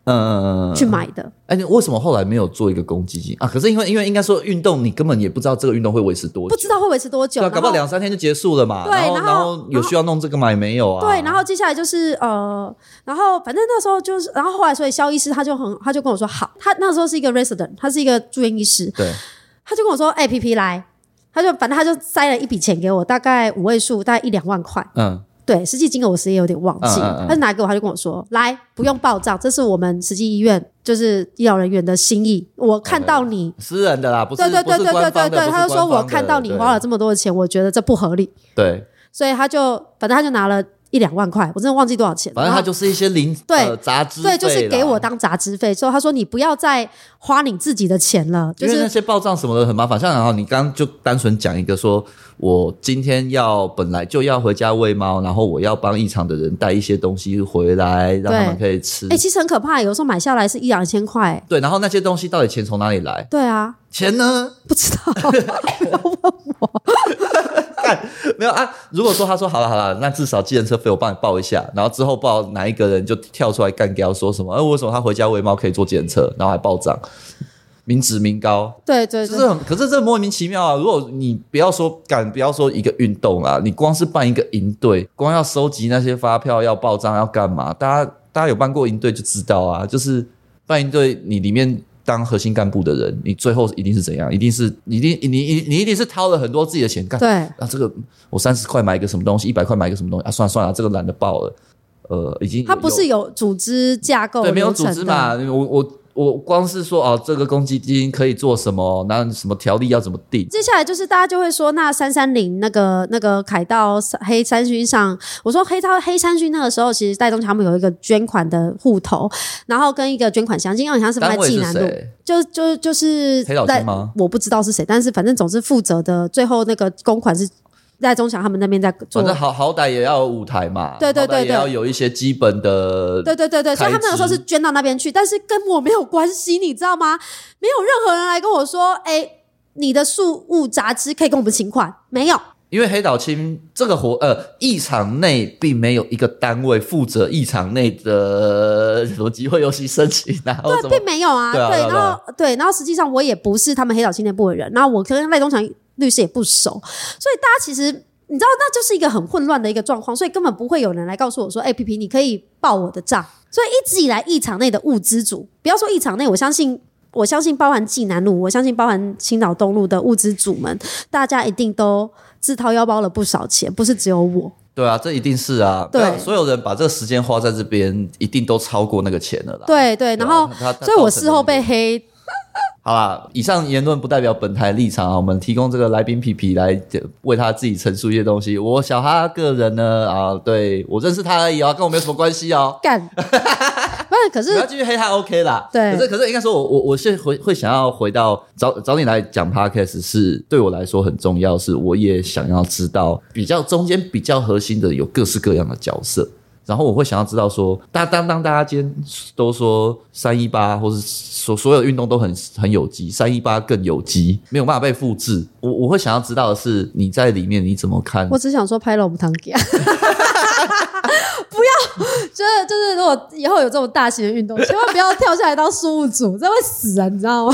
Speaker 2: 去买的。
Speaker 1: 你为什么后来没有做一个公积金啊？可是因为应该说运动，你根本也不知道这个运动会维持多久，
Speaker 2: 不知道会维持多久，
Speaker 1: 对，搞不好2-3天就结束了嘛。
Speaker 2: 对，
Speaker 1: 然后有需要弄这个吗？也没有啊。
Speaker 2: 对，然后接下来就是然后反正那时候就是，然后后来所以肖医师他就跟我说好，他那时候是一个 resident， 他是一个住院医师，
Speaker 1: 对，
Speaker 2: 他就跟我说皮皮来，反正他就塞了一笔钱给我，大概5位数，大概1-2万块，对，实际金额我实也有点忘记，他就拿给我，他就跟我说来，不用报账，这是我们实际医院就是医疗人员的心意，我看到你
Speaker 1: 私人的啦，不是
Speaker 2: 对，他就说我看到你花了这么多的钱，我觉得这不合理，
Speaker 1: 对，
Speaker 2: 所以反正他就拿了1-2万块，我真的忘记多少钱。
Speaker 1: 反正他就是一些杂支费，
Speaker 2: 对，就是给我当杂支费。所以他说你不要再花你自己的钱了，就是
Speaker 1: 因为那些报账什么的很麻烦。像你刚刚就单纯讲一个说，我今天本来就要回家喂猫，然后我要帮异常的人带一些东西回来，让他们可以吃。
Speaker 2: 其实很可怕，有时候买下来是1-2千块。
Speaker 1: 对，然后那些东西到底钱从哪里来？
Speaker 2: 对啊，
Speaker 1: 钱呢？
Speaker 2: 不知道，不要问我。
Speaker 1: 没有啊，如果说他说好了，那至少计程车费我帮你报一下，然后之后不知道哪一个人就跳出来干掉说什么为什么他回家喂猫可以坐计程车，然后还报账，民脂民膏。
Speaker 2: 对，
Speaker 1: 可是这莫名其妙啊。如果你不要说一个运动啊，你光是办一个营队，光要收集那些发票要报账要干嘛，大家有办过营队就知道啊，就是办营队你里面当核心干部的人，你最后一定是怎样？你一定是掏了很多自己的钱干。
Speaker 2: 对
Speaker 1: 啊，这个我30块买一个什么东西，100块买一个什么东西啊？算了，这个懒得报了。已经
Speaker 2: 它不是有组织架构
Speaker 1: 对，没有组织嘛？我光是说这个公积金可以做什么，那什么条例要怎么定？
Speaker 2: 接下来就是大家就会说，那330那个凯道黑三军上，我说黑三军那个时候，其实戴宗强他们有一个捐款的户头，然后跟一个捐款箱，因为好像是放在济南路，就是
Speaker 1: 黑老青吗？
Speaker 2: 我不知道是谁，但是反正总之负责的最后那个公款是在中强他们那边在做，
Speaker 1: 反正好歹也要有舞台嘛，
Speaker 2: 对，
Speaker 1: 也要有一些基本的，
Speaker 2: 对，所以他们那个时候是捐到那边去，但是跟我没有关系，你知道吗？没有任何人来跟我说，你的宿务杂支可以跟我们请款，没有。
Speaker 1: 因为黑岛青这个议场内并没有一个单位负责议场内的什么集会游戏申请啊，
Speaker 2: 对，并没有啊，然后实际上我也不是他们黑岛青内部的人，然后我跟赖中强律师也不熟，所以大家其实你知道那就是一个很混乱的一个状况，所以根本不会有人来告诉我说皮皮你可以报我的账。所以一直以来议场内的物资组，不要说议场内，我相信包含济南路，我相信包含青岛东路的物资组们，大家一定都自掏腰包了不少钱，不是只有我。
Speaker 1: 对啊，这一定是啊，
Speaker 2: 对，
Speaker 1: 所有人把这个时间花在这边，一定都超过那个钱了啦。
Speaker 2: 对，然后所以我事后被黑。
Speaker 1: 好啦，以上言论不代表本台立场啊，我们提供这个来宾皮皮来为他自己陈述一些东西。我小哈个人呢对我认识他而已跟我没有什么关系
Speaker 2: 干可是
Speaker 1: 你要继续黑他 OK 啦。
Speaker 2: 对，
Speaker 1: 可是应该说我现在会想要回到找你来讲 Podcast 是对我来说很重要，是我也想要知道中间比较核心的有各式各样的角色。然后我会想要知道说，当大家今天都说318或是所有运动都很有机，318更有机，没有办法被复制。我会想要知道的是你在里面你怎么看？
Speaker 2: 我只想说拍了我们堂给不要，就是如果以后有这种大型的运动，千万不要跳下来当事务组，这会死人，你知道吗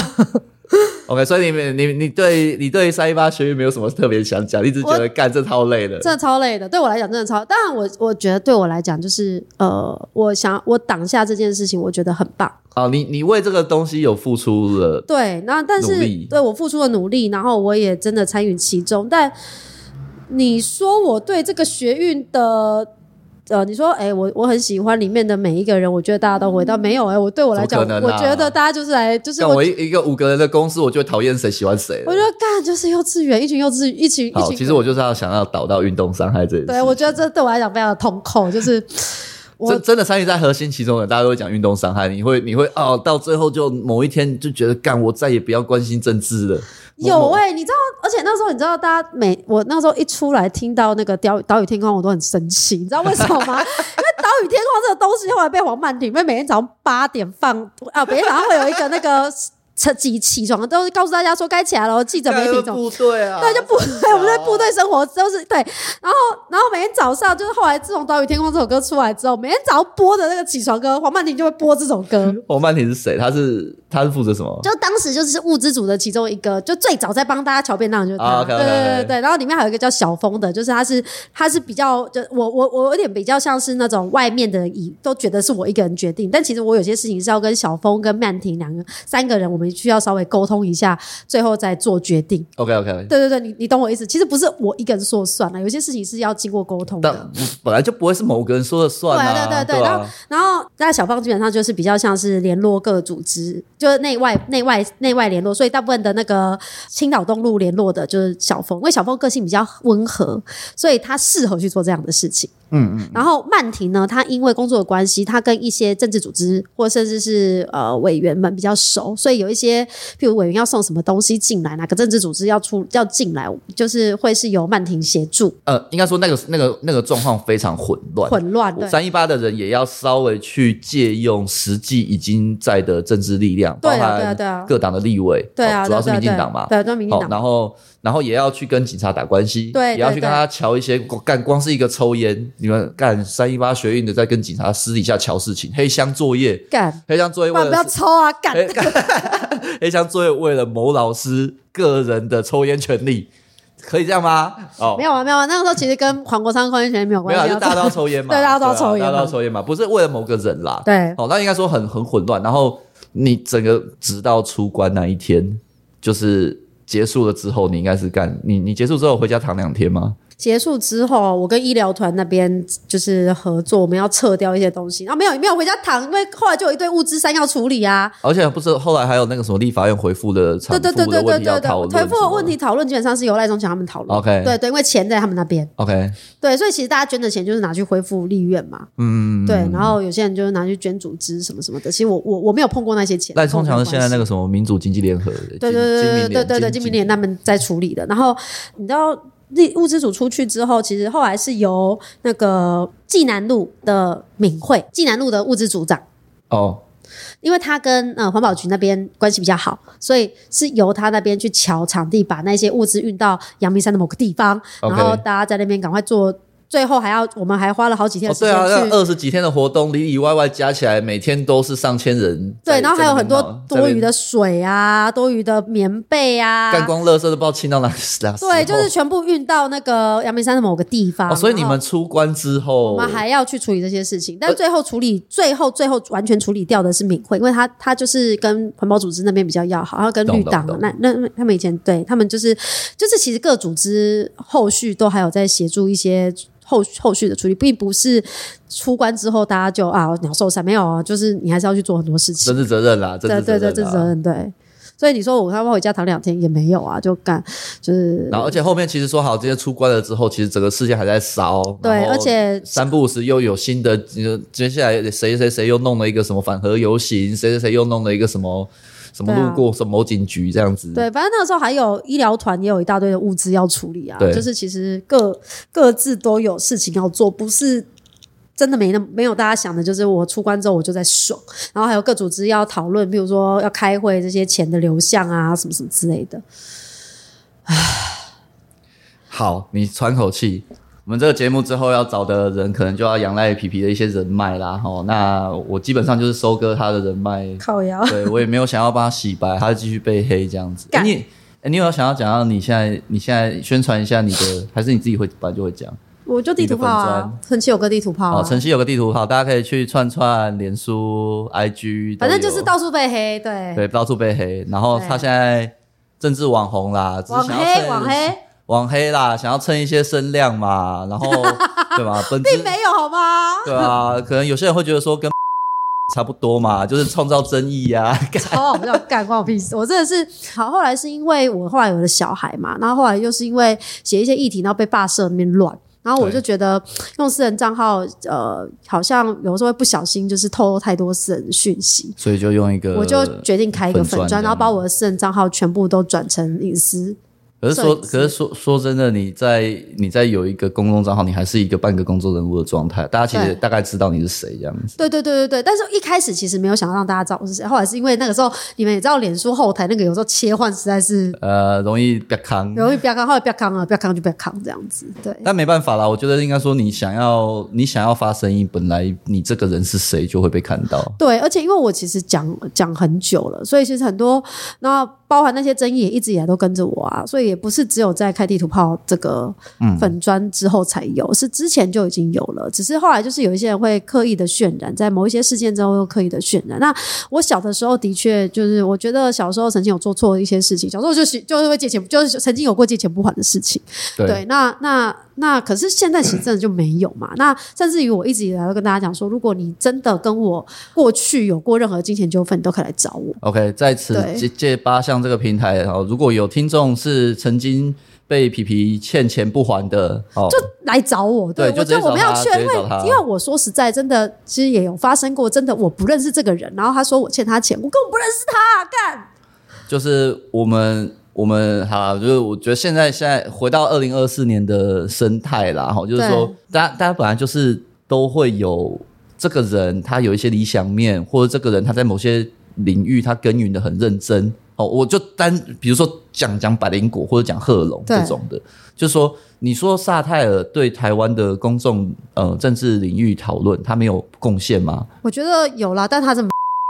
Speaker 1: ？OK， 所以你对318学运没有什么特别想讲，你只是觉得干这超累的，
Speaker 2: 真的超累的。对我来讲真的超，当然我觉得对我来讲就是我挡下这件事情，我觉得很棒。
Speaker 1: 你为这个东西有付出了，
Speaker 2: 对，那但是对我付出了努力，然后我也真的参与其中。但你说我对这个学运的。你说我很喜欢里面的每一个人，我觉得大家都回到没有我对我来讲，我觉得大家就是来就是
Speaker 1: 我一个5个人的公司，我就会讨厌谁喜欢谁。
Speaker 2: 我觉得干就是幼稚园一群好，
Speaker 1: 其实我就是想要导到运动伤害这件事。
Speaker 2: 对，我觉得这对我来讲非常的痛苦，就是
Speaker 1: 真的参与在核心其中的，大家都会讲运动伤害，你会到最后就某一天就觉得干，我再也不要关心政治了。
Speaker 2: 有你知道，而且那时候你知道，大家我那时候一出来听到那个岛屿天光，我都很生气，你知道为什么吗？因为岛屿天光这个东西后来被黄曼婷，因为每天早上8点放每天早上会有一个那个起床都告诉大家说该起来了，记者媒体
Speaker 1: 部队啊，
Speaker 2: 对，就部队，我们在部队生活都是对，然后每天早上就是后来自从《岛屿天空》这首歌出来之后，每天早上播的那个起床歌，黄曼婷就会播这首歌。
Speaker 1: 黄曼婷是谁？他是负责什么？
Speaker 2: 就当时就是物资组的其中一个，就最早在帮大家调便当的就是他。
Speaker 1: okay,
Speaker 2: 对，然后里面还有一个叫小峰的，就是他是比较，就我有点比较像是那种外面的人都觉得是我一个人决定，但其实我有些事情是要跟小峰跟曼婷三个人，我们需要稍微沟通一下，最后再做决定。
Speaker 1: OK，
Speaker 2: 对，你懂我意思。其实不是我一个人说了算了，有些事情是要经过沟通的。
Speaker 1: 但本来就不会是某个人说了算啊。
Speaker 2: 对，然后那小芳基本上就是比较像是联络各组织，就是内外联络，所以大部分的那个青岛东路联络的就是小峰，因为小峰个性比较温和，所以他适合去做这样的事情。然后曼婷呢，她因为工作的关系，她跟一些政治组织或甚至是委员们比较熟，所以有一些譬如委员要送什么东西进来，哪个政治组织要进来，就是会是由曼婷协助。
Speaker 1: 应该说那个状况非常混乱。
Speaker 2: 对
Speaker 1: 318的人也要稍微去借用实际已经在的政治力量，
Speaker 2: 对
Speaker 1: 啊，各党的立委，
Speaker 2: 对啊，
Speaker 1: 主要是民进党嘛，
Speaker 2: 对，都是民进党。
Speaker 1: 然后也要去跟警察打关系，
Speaker 2: 对，
Speaker 1: 也要去跟他瞧一些光是一个抽烟，你们干318学运的在跟警察私底下瞧事情，黑箱作业，黑箱作业为了
Speaker 2: 不要抽啊，
Speaker 1: 黑箱作业为了某老师个人的抽烟权利。可以这样吗？
Speaker 2: 没有啊，那个时候其实跟黄国昌抽烟权利没有关系，
Speaker 1: 没有，就大家都要抽烟嘛，
Speaker 2: 对，大家都要抽烟，
Speaker 1: 大家都要抽烟嘛，不是为了某个人啦。
Speaker 2: 对，
Speaker 1: 那应该说很混乱。然后你整个直到出关那一天，就是结束了之后，你应该是你结束之后回家躺2天吗？
Speaker 2: 结束之后，我跟医疗团那边就是合作，我们要撤掉一些东西。然后没有回家躺，因为后来就有一堆物资要处理啊。
Speaker 1: 而且不是后来还有那个什么立法院回复的产妇的问题要讨论，
Speaker 2: 回复的问题讨论基本上是由赖中强他们讨论。
Speaker 1: OK，
Speaker 2: 对，因为钱在他们那边。
Speaker 1: OK，
Speaker 2: 对，所以其实大家捐的钱就是拿去恢复立院嘛。对，然后有些人就是拿去捐组织什么什么的。其实我没有碰过那些钱。
Speaker 1: 赖中强是现在那个什么民主经济联合，
Speaker 2: 对，金明联他们在处理的。然后你知道。物资组出去之后，其实后来是由那个济南路的敏慧，济南路的物资组长因为他跟环保局那边关系比较好，所以是由他那边去瞧场地，把那些物资运到阳明山的某个地方，然后大家在那边赶快做。最后我们还花了好几天的时间去，
Speaker 1: 对啊，20几天的活动里里外外加起来，每天都是上千人。
Speaker 2: 对，然后还有很多多余的水啊，多余的棉被啊，
Speaker 1: 干光垃圾都不知道清到哪里。
Speaker 2: 对，就是全部运到那个阳明山的某个地方。
Speaker 1: 所以你们出关之后，
Speaker 2: 我们还要去处理这些事情，但最后最后完全处理掉的是敏慧，因为他就是跟环保组织那边比较要好，然后跟绿党那他们以前对他们就是其实各组织后续都还有在协助一些。后续的处理，并不是出关之后大家就鸟兽散，没有啊，就是你还是要去做很多事情，
Speaker 1: 政治责任啦，
Speaker 2: 对，政治责任对。所以你说我他们回家躺2天也没有啊，就是
Speaker 1: 然后而且后面其实说好，这些出关了之后，其实整个事件还在烧，
Speaker 2: 对，而且
Speaker 1: 3不5时又有新的，接下来谁又弄了一个什么反核游行，谁又弄了一个什么路过什么某警局这样子。
Speaker 2: 对，反正那个时候还有医疗团也有一大堆的物资要处理啊，就是其实各自都有事情要做，不是真的没有大家想的，就是我出关之后我就在爽，然后还有各组织要讨论，比如说要开会这些钱的流向啊，什么什么之类的。
Speaker 1: 好，你喘口气。我们这个节目之后要找的人，可能就要仰赖皮皮的一些人脉啦。那我基本上就是收割他的人脉，
Speaker 2: 靠腰。
Speaker 1: 对，我也没有想要帮他洗白，他继续被黑这样子。你有想要讲到你现在宣传一下你的，还是你自己本来就会讲？
Speaker 2: 我就地图炮啊，晨曦有个地图炮
Speaker 1: 晨曦有个地图炮，大家可以去串脸书 IG，
Speaker 2: 反正就是到处被黑，对，
Speaker 1: 到处被黑。然后他现在政治网红啦，网黑啦，想要蹭一些声量嘛，然后对吧？
Speaker 2: 并没有好吗？
Speaker 1: 对啊，可能有些人会觉得说跟差不多嘛，就是创造争议啊。
Speaker 2: 超好笑，干关我屁事！我真的是好。后来是因为我后来有了小孩嘛，然后后来又是因为写一些议题，然后被霸社那边乱。然后我就觉得用私人账号，好像有时候会不小心就是透露太多私人的讯息，
Speaker 1: 所以就用一个，
Speaker 2: 我就决定开一个粉专，然后把我的私人账号全部都转成隐私。
Speaker 1: 可是说真的，你在有一个公众账号，你还是一个半个公众人物的状态，大家其实大概知道你是谁这样子。
Speaker 2: 对，但是一开始其实没有想让大家知道我是谁，后来是因为那个时候你们也知道，脸书后台那个有时候切换实在是
Speaker 1: 容易不要康，
Speaker 2: 后来不要康了，不要康就不要康这样子。对，
Speaker 1: 但没办法啦，我觉得应该说你想要发声音，本来你这个人是谁就会被看到。
Speaker 2: 对，而且因为我其实讲很久了，所以其实很多那包含那些争议也一直以来都跟着我啊，所以也不是只有在开地图炮这个粉专之后才有，是之前就已经有了，只是后来就是有一些人会刻意的渲染，在某一些事件之后又刻意的渲染。那我小的时候的确就是我觉得小时候曾经有做错一些事情，小时候就是会借钱，就是曾经有过借钱不还的事情。对，那可是现在其实真的就没有嘛。那甚至于我一直以来都跟大家讲说，如果你真的跟我过去有过任何金钱纠纷，你都可以来找我。
Speaker 1: OK， 在此借八项这个平台，如果有听众是曾经被皮皮欠钱不还的，
Speaker 2: 就来找我。对，我觉得我们要去，因为我说实在，真的其实也有发生过，真的我不认识这个人，然后他说我欠他钱，我根本不认识他，干。
Speaker 1: 就是我们好，就是我觉得现在回到2024年的生态啦，就是说大家本来就是都会有这个人，他有一些理想面，或者这个人他在某些领域他耕耘的很认真。我就比如说讲百灵果或者讲贺龙这种的，就是说你说萨泰尔对台湾的公众政治领域讨论他没有贡献吗？
Speaker 2: 我觉得有啦，但他是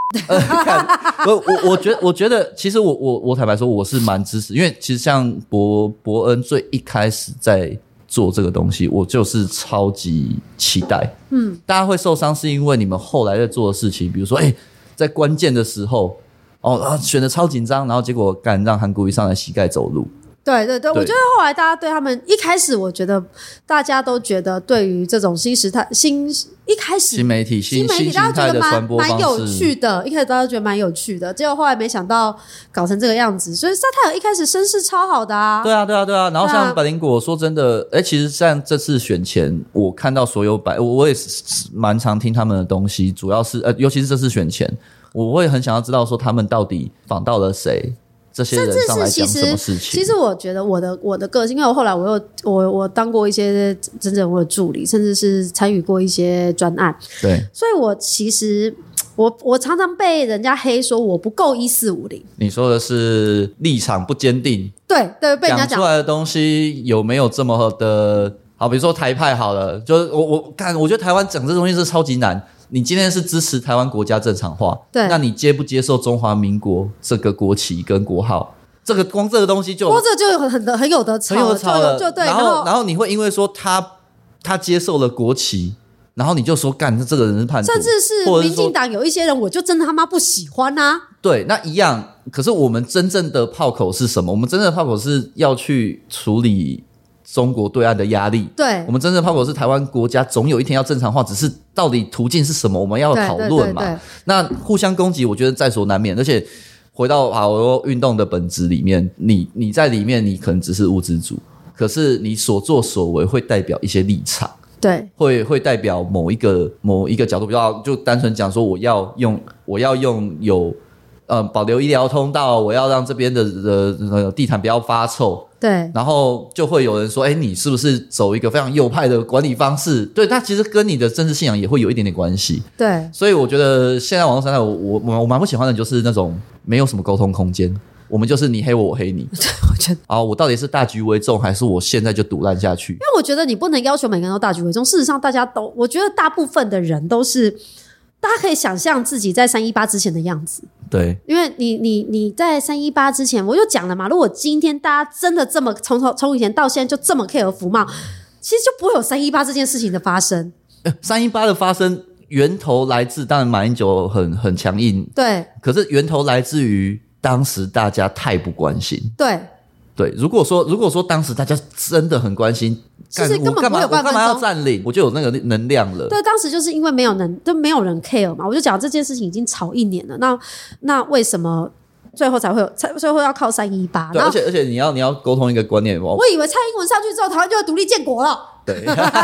Speaker 1: 我觉得其实我坦白说我是蛮支持，因为其实像伯恩最一开始在做这个东西，我就是超级期待。大家会受伤是因为你们后来在做的事情，比如说在关键的时候选得超紧张，然后结果让韩国瑜上来膝盖走路。对，我觉得
Speaker 2: 后来大家对他们一开始，我觉得大家都觉得对于这种新媒体大家觉得蛮有趣的，一开始大家觉得蛮有趣的，结果后来没想到搞成这个样子，所以萨泰尔一开始声势超好的啊。
Speaker 1: 对啊，然后像百灵果，说真的，其实像这次选前，我看到所有我也是蛮常听他们的东西，主要是尤其是这次选前，我会很想要知道说他们到底访到了谁。这些人上来讲什么事情？
Speaker 2: 其实我觉得我的个性，因为我后来我当过一些真正我的助理，甚至是参与过一些专案，
Speaker 1: 对，
Speaker 2: 所以我其实我常常被人家黑说我不够1450。你
Speaker 1: 说的是立场不坚定，
Speaker 2: 对，被人家
Speaker 1: 讲出来的东西有没有这么的好？比如说台派好了，就是我觉得台湾讲这东西是超级难。你今天是支持台湾国家正常化，
Speaker 2: 对，
Speaker 1: 那你接不接受中华民国这个国旗跟国号？光这个东西就
Speaker 2: 光这就很有得吵了，就对。
Speaker 1: 然后你会因为说他接受了国旗，然后你就说干这个人是叛徒，
Speaker 2: 甚至是民进党有一些人，我就真的他妈不喜欢啊。
Speaker 1: 对，那一样。可是我们真正的炮口是什么？我们真正的炮口是要去处理中国对岸的压力。
Speaker 2: 对，
Speaker 1: 我们真正的炮口是台湾国家总有一天要正常化，只是到底途径是什么，我们要讨论嘛。
Speaker 2: 对，
Speaker 1: 那互相攻击，我觉得在所难免。而且回到运动的本质里面，你在里面，你可能只是物资主，可是你所作所为会代表一些立场。
Speaker 2: 对，
Speaker 1: 会代表某一个角度，比较就单纯讲说，我要用有保留医疗通道，我要让这边的地毯不要发臭。
Speaker 2: 对，
Speaker 1: 然后就会有人说，你是不是走一个非常右派的管理方式？对，它其实跟你的政治信仰也会有一点点关系。
Speaker 2: 对，
Speaker 1: 所以我觉得现在网络生态，我蛮不喜欢的，就是那种没有什么沟通空间。我们就是你黑我，我黑你。
Speaker 2: 我觉得
Speaker 1: 我到底是大局为重，还是我现在就赌烂下去？
Speaker 2: 因为我觉得你不能要求每个人都大局为重。事实上，我觉得大部分的人都是，大家可以想象自己在318之前的样子。
Speaker 1: 对，
Speaker 2: 因为你在318之前，我就讲了嘛，如果今天大家真的这么从以前到现在就这么 care 服贸，其实就不会有318这件事情的发生。
Speaker 1: 318的发生源头来自，当然马英九很强硬，
Speaker 2: 对，可
Speaker 1: 是源头来自于当时大家太不关心。对，如果说当时大家真的很关心，
Speaker 2: 其实根本不会有
Speaker 1: 我干嘛要占领？我就有那个能量了。
Speaker 2: 对，当时就是因为没有人 care 嘛，我就讲这件事情已经吵1年了，那为什么最后最后要靠318？
Speaker 1: 对，而且你要沟通一个观念。
Speaker 2: 我以为蔡英文上去之后，台湾就会独立建国了。
Speaker 1: 对，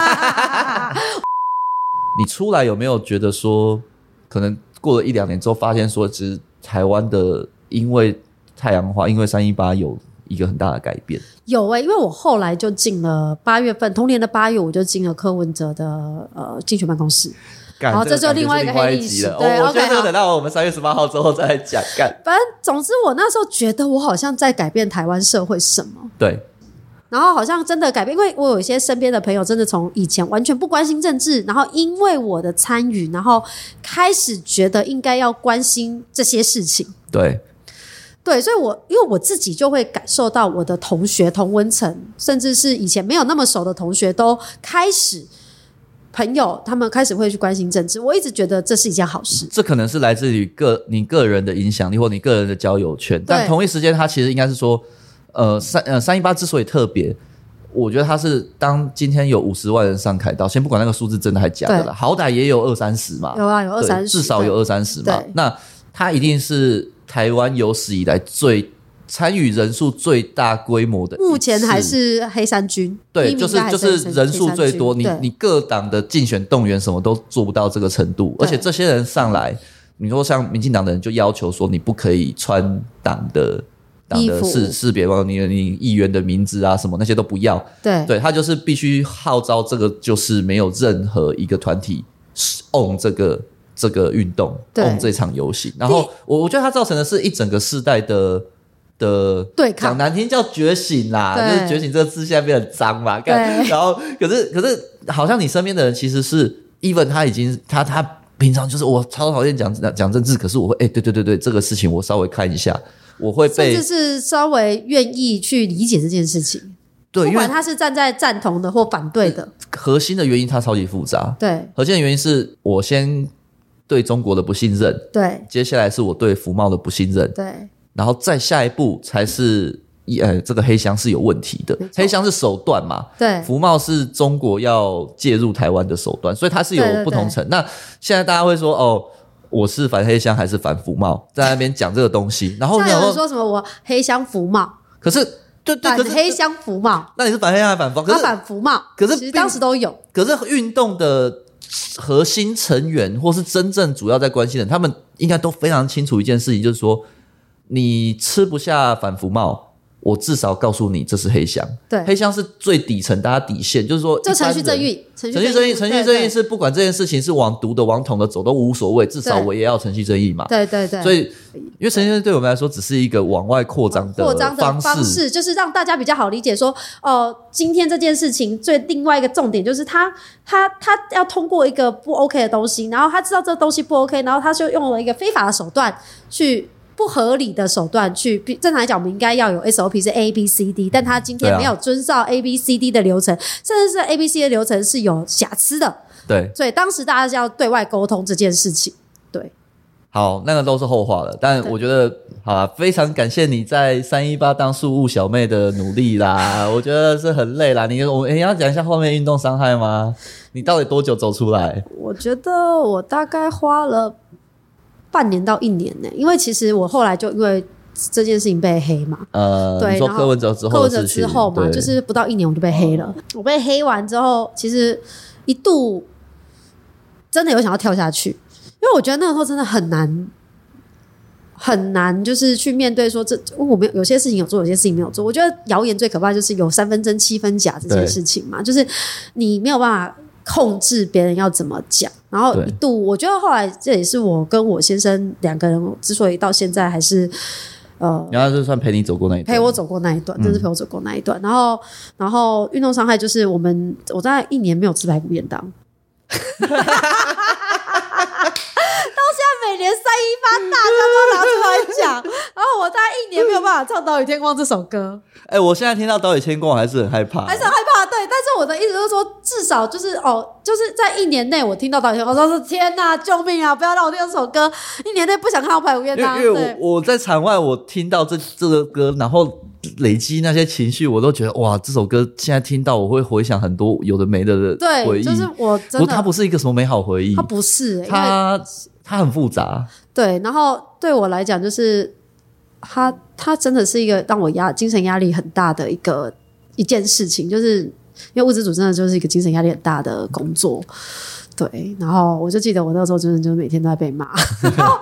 Speaker 1: 你出来有没有觉得说，可能过了1-2年之后，发现说，其实台湾的因为太阳花，因为318 一个很大的改变？
Speaker 2: 有因为我后来就进了8月份，同年的8月我就进了柯文哲的竞选办公室。然后这就另外一个黑历史了。
Speaker 1: 对，我觉得这个等到我们3月18号之后再来讲。
Speaker 2: 反正总之我那时候觉得我好像在改变台湾社会什么。
Speaker 1: 对。
Speaker 2: 然后好像真的改变，因为我有一些身边的朋友真的从以前完全不关心政治，然后因为我的参与，然后开始觉得应该要关心这些事情。对，所以因为我自己就会感受到我的同学同温层，甚至是以前没有那么熟的同学都开始朋友他们开始会去关心政治，我一直觉得这是一件好事。
Speaker 1: 这可能是来自于你个人的影响力或你个人的交友圈，但同一时间它其实应该是说318之所以特别，我觉得它是当今天有50万人上凯道，先不管那个数字真的还假的啦，好歹也有20-30嘛。
Speaker 2: 有啊，有20-30，
Speaker 1: 至少有20-30嘛。那它一定是台湾有史以来最参与人数最大规模的，
Speaker 2: 目前还是黑衫军。
Speaker 1: 对，就是人数最多，你各党的竞选动员什么都做不到这个程度，而且这些人上来，你说像民进党的人就要求说你不可以穿党的识别，包括你议员的名字啊什么那些都不要。对，他就是必须号召这个，就是没有任何一个团体 own 这个运动 own 这场游行。然后我觉得它造成的是一整个世代的
Speaker 2: 对抗，
Speaker 1: 讲难听叫觉醒啦，就是觉醒这个字现在变得很脏嘛。然后可是好像你身边的人其实是 even 他已经他平常就是我超讨厌讲政治，可是我会对这个事情我稍微看一下，我会被
Speaker 2: 甚至是稍微愿意去理解这件事情。对，不管他是站在赞同的或反对的，
Speaker 1: 核心的原因它超级复杂。
Speaker 2: 对，
Speaker 1: 核心的原因是我先对中国的不信任，
Speaker 2: 对，
Speaker 1: 接下来是我对服贸的不信任，
Speaker 2: 对，
Speaker 1: 然后再下一步才是这个黑箱是有问题的。黑箱是手段嘛，
Speaker 2: 对，
Speaker 1: 服贸是中国要介入台湾的手段，所以它是有不同层。那现在大家会说我是反黑箱还是反服贸，在那边讲这个东西，然后
Speaker 2: 像有人说什么我黑箱服贸，
Speaker 1: 可是
Speaker 2: 反黑箱服贸，
Speaker 1: 那你是反黑箱还是反服贸？
Speaker 2: 他反服贸，
Speaker 1: 可是
Speaker 2: 其实当时都有。
Speaker 1: 可是运动的核心成员或是真正主要在关心的人，他们应该都非常清楚一件事情，就是说你吃不下反服贸，我至少告诉你这是黑箱。
Speaker 2: 对，
Speaker 1: 黑箱是最底层大家底线，就是说
Speaker 2: 就程序正义，程
Speaker 1: 序正义是不管这件事情是往毒的往统的走都无所谓，至少我也要程序正义嘛。
Speaker 2: 对，
Speaker 1: 所以因为程序正义对我们来说只是一个往外扩张的方式，
Speaker 2: 就是让大家比较好理解说今天这件事情最另外一个重点就是他要通过一个不 OK 的东西，然后他知道这个东西不 OK， 然后他就用了一个非法的手段去不合理的手段去，正常来讲我们应该要有 SOP 是 ABCD， 但他今天没有遵照 ABCD 的流程，甚至是 ABCD 的流程是有瑕疵的。
Speaker 1: 对，
Speaker 2: 所以当时大家是要对外沟通这件事情。对，
Speaker 1: 好，那个都是后话了，但我觉得好啦，非常感谢你在318当树务小妹的努力啦，我觉得是很累啦。你要讲一下后面运动伤害吗？你到底多久走出来？
Speaker 2: 我觉得我大概花了半年到1年呢，因为其实我后来就因为这件事情被黑嘛，对，
Speaker 1: 你说柯文哲之后
Speaker 2: 嘛，就是不到1年我就被黑了。我被黑完之后，其实一度真的有想要跳下去，因为我觉得那个时候真的很难，就是去面对说我们有些事情有做，有些事情没有做。我觉得谣言最可怕就是有3分真7分假这件事情嘛，就是你没有办法控制别人要怎么讲。然后一度我觉得后来这也是我跟我先生2个人之所以到现在还是
Speaker 1: 然后就算陪你走过那一段，
Speaker 2: 陪我走过那一段，真是陪我走过那一段。然后运动伤害就是我大概1年没有吃排骨便当到现在每年318大家都拿出来讲，然后我大概1年没有办法唱《岛屿天光》这首歌。
Speaker 1: 我现在听到《岛屿天光》还是很害怕，
Speaker 2: 对。但是我的意思就是说，至少就是就是在1年内我听到《岛屿天光》，我说是天哪，救命啊！不要让我听这首歌，1年内不想看到排骨便当。
Speaker 1: 因为我在场外，我听到这个歌，然后累积那些情绪，我都觉得哇，这首歌现在听到我会回想很多有的没的回忆。
Speaker 2: 对，就是我真的，
Speaker 1: 它不是一个什么美好回忆，
Speaker 2: 它不是，
Speaker 1: 它很复杂。对，
Speaker 2: 然后对我来讲，就是它真的是一个让我精神压力很大的一件事情，就是因为物资组真的就是一个精神压力很大的工作。对，然后我就记得我那时候真的就每天都在被骂，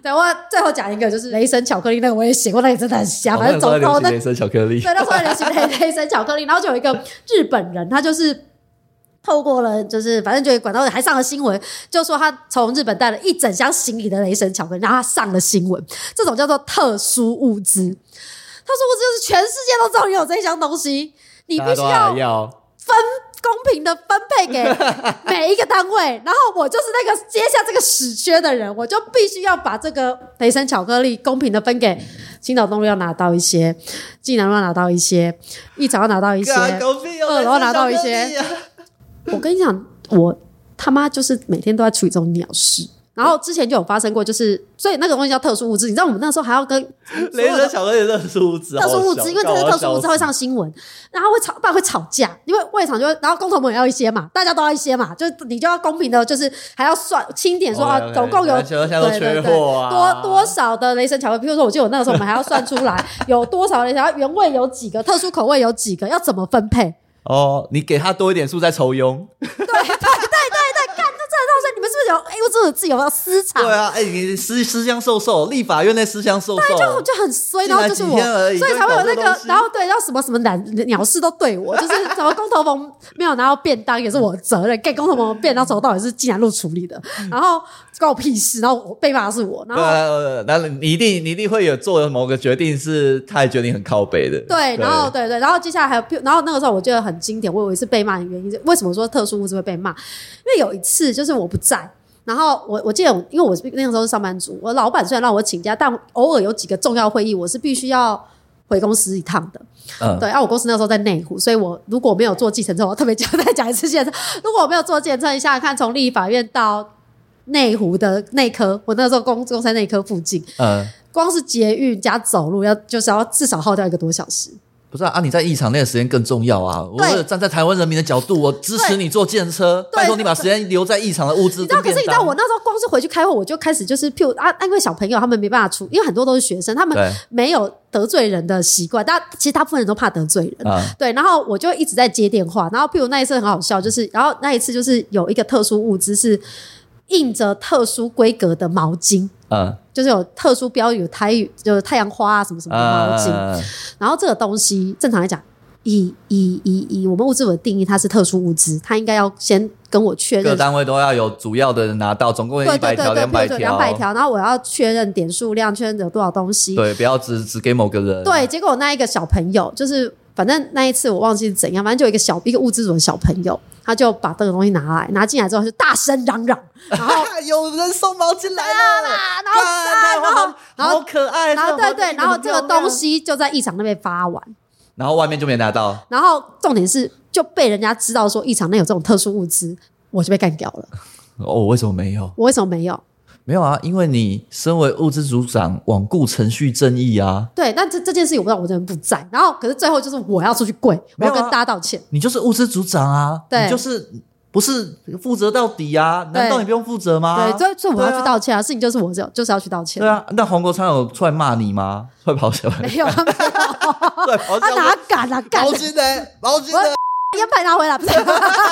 Speaker 2: 对，我最后讲一个，就是雷神巧克力那个我也写过，那个真的很香，反正总头
Speaker 1: 雷神巧克力，
Speaker 2: 对，那时候流行雷神巧克力，然后就有一个日本人，他就是透过了，就是反正就管道还上了新闻，就说他从日本带了一整箱行李的雷神巧克力，然后他上了新闻，这种叫做特殊物资。特殊物资就是全世界都知道你有这一箱东西，你必须要公平的分配给每一个单位，然后我就是那个接下这个屎缺的人，我就必须要把这个雷神巧克力公平的分给青岛东路要拿到一些，济南路要拿到一些，义长要拿到一些，2楼要拿到一些。我跟你讲，我他妈就是每天都在处理这种鸟事。然后之前就有发生过，就是所以那个东西叫特殊物资。你知道我们那时候还要跟
Speaker 1: 雷神巧克力特殊物资，
Speaker 2: 特殊物资，因为这些特殊物资会上新闻，然后不然会吵架，因为外场就会，然后公投们也要一些嘛，大家都要一些嘛，就你就要公平的，就是还要算清点说总共有
Speaker 1: 缺货啊，
Speaker 2: 多少的雷神巧克力。譬如说，我记得我那个时候我们还要算出来有多少雷神，原味有几个，特殊口味有几个，要怎么分配。
Speaker 1: 你给他多一点数再抽佣。
Speaker 2: 对，干这真的让你们是不是有物质的自由要私藏？
Speaker 1: 对啊，你私相授受，立法院内私相授受，
Speaker 2: 对，就很衰，然后就是我，所以才会有那个，然后对，然后什么鸟事都对我，就是什么公投房没有拿到便当也是我的责任，给公投房便当从头到尾是济南路处理的，然后关我屁事，然后我被骂的是我，然后
Speaker 1: 然后你一定会有做某个决定是他也决定很靠北的，
Speaker 2: 对，然后对，然后接下来还有，然后那个时候我觉得很经典，我以为是被骂的原因，为什么说特殊物资会被骂？因为有一次就是我不在。然后我记得因为我那个时候是上班族，我老板虽然让我请假，但偶尔有几个重要会议我是必须要回公司一趟的。对，我公司那个时候在内湖，所以我如果没有坐计程车，我特别再讲一次计程车，如果我没有坐计程车，你想想看，从立法院到内湖的内科，我那个时候公司在内科附近，光是捷运加走路就是要至少耗掉1个多小时。
Speaker 1: 不是啊，你在议场内的时间更重要啊！我站在台湾人民的角度，我支持你坐计程车，拜托你把时间留在议场的物资。
Speaker 2: 可是你知道，我那时候光是回去开会，我就开始就是譬如因为小朋友他们没办法因为很多都是学生，他们没有得罪人的习惯，其实大部分人都怕得罪人。对，然后我就一直在接电话，然后譬如那一次很好笑，就是然后那一次就是有一个特殊物资是印着特殊规格的毛巾。就是有特殊标语，有台语，就是太阳花啊什么什么的毛巾。然后这个东西正常来讲，我们物资的定义它是特殊物资，它应该要先跟我确认，
Speaker 1: 各单位都要有主要的人拿到，总共有100条、200
Speaker 2: 条，然后我要确认点数量，确认有多少东西。
Speaker 1: 对，不要只给某个人。
Speaker 2: 对，结果那一个小朋友就是。反正那一次我忘记是怎样，反正就有一个物资组的小朋友，他就把这个东西拿进来之后就大声嚷嚷，然后
Speaker 1: 有人送毛巾来了，然后好可爱，
Speaker 2: 然后对，然后这个东西就在议场那边发完，
Speaker 1: 然后外面就没拿到，
Speaker 2: 然后重点是就被人家知道说议场内有这种特殊物资，我就被干掉了。
Speaker 1: 为什么没有？
Speaker 2: 我为什么没有？
Speaker 1: 没有啊，因为你身为物资组长，罔顾程序正义啊。
Speaker 2: 对，但这件事我不知道，我真的不在。然后，可是最后就是我要出去跪，我要跟大家道歉。
Speaker 1: 你就是物资组长啊，对，你就是不是负责到底啊？难道你不用负责吗？
Speaker 2: 对，所以我要去道歉啊！事情就是我就是要去道歉。
Speaker 1: 对啊，那黄国昌有出来骂你吗？出来咆哮？
Speaker 2: 没有，他没有。对，他哪敢啊？
Speaker 1: 毛巾呢？
Speaker 2: 烟牌拿回来，不是。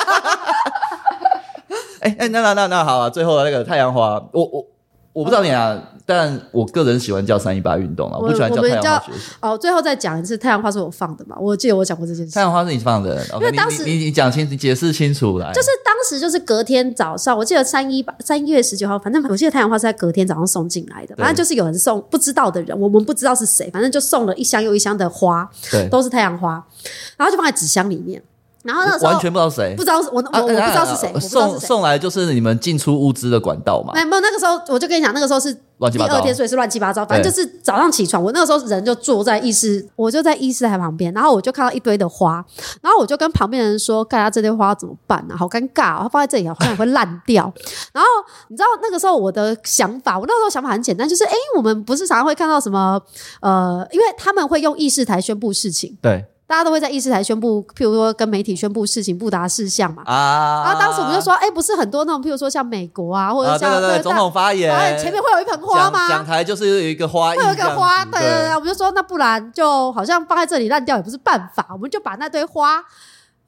Speaker 1: 那好啊！最后的那个太阳花，我不知道你啊，但我个人喜欢叫318运动啊，我不喜欢叫太阳花学习。
Speaker 2: 最后再讲一次，太阳花是我放的嘛？我记得我讲过这件事。
Speaker 1: 太阳花是你放的，
Speaker 2: 因为当时
Speaker 1: 你讲清，你解释清楚来。
Speaker 2: 就是当时就是隔天早上，我记得3月19号，反正我记得太阳花是在隔天早上送进来的，反正就是有人送不知道的人，我们不知道是谁，反正就送了一箱又一箱的花，都是太阳花，然后就放在纸箱里面。然后那时候
Speaker 1: 完全不知道谁，
Speaker 2: 不知道我不知道是谁，
Speaker 1: 送来就是你们进出物资的管道嘛。
Speaker 2: 没有，那个时候我就跟你讲，那个时候是第2天，所以是乱七八糟。反正就是早上起床，我那个时候人就坐在议事，我就在议事台旁边，然后我就看到一堆的花，然后我就跟旁边的人说：“看他这堆花要怎么办啊？好尴尬哦，它放在这里好像也会烂掉。”然后你知道那个时候我的想法，我那个时候想法很简单，就是我们不是常常会看到什么因为他们会用议事台宣布事情，
Speaker 1: 对。
Speaker 2: 大家都会在议事台宣布，譬如说跟媒体宣布事情、布达事项嘛。然后当时我们就说，不是很多那种，譬如说像美国啊，或者像
Speaker 1: 对总统发言，
Speaker 2: 前面会有一盆花吗？
Speaker 1: 讲台就是有一个花，
Speaker 2: 会有一个花，对，我们就说那不然就好像放在这里烂掉也不是办法，我们就把那堆花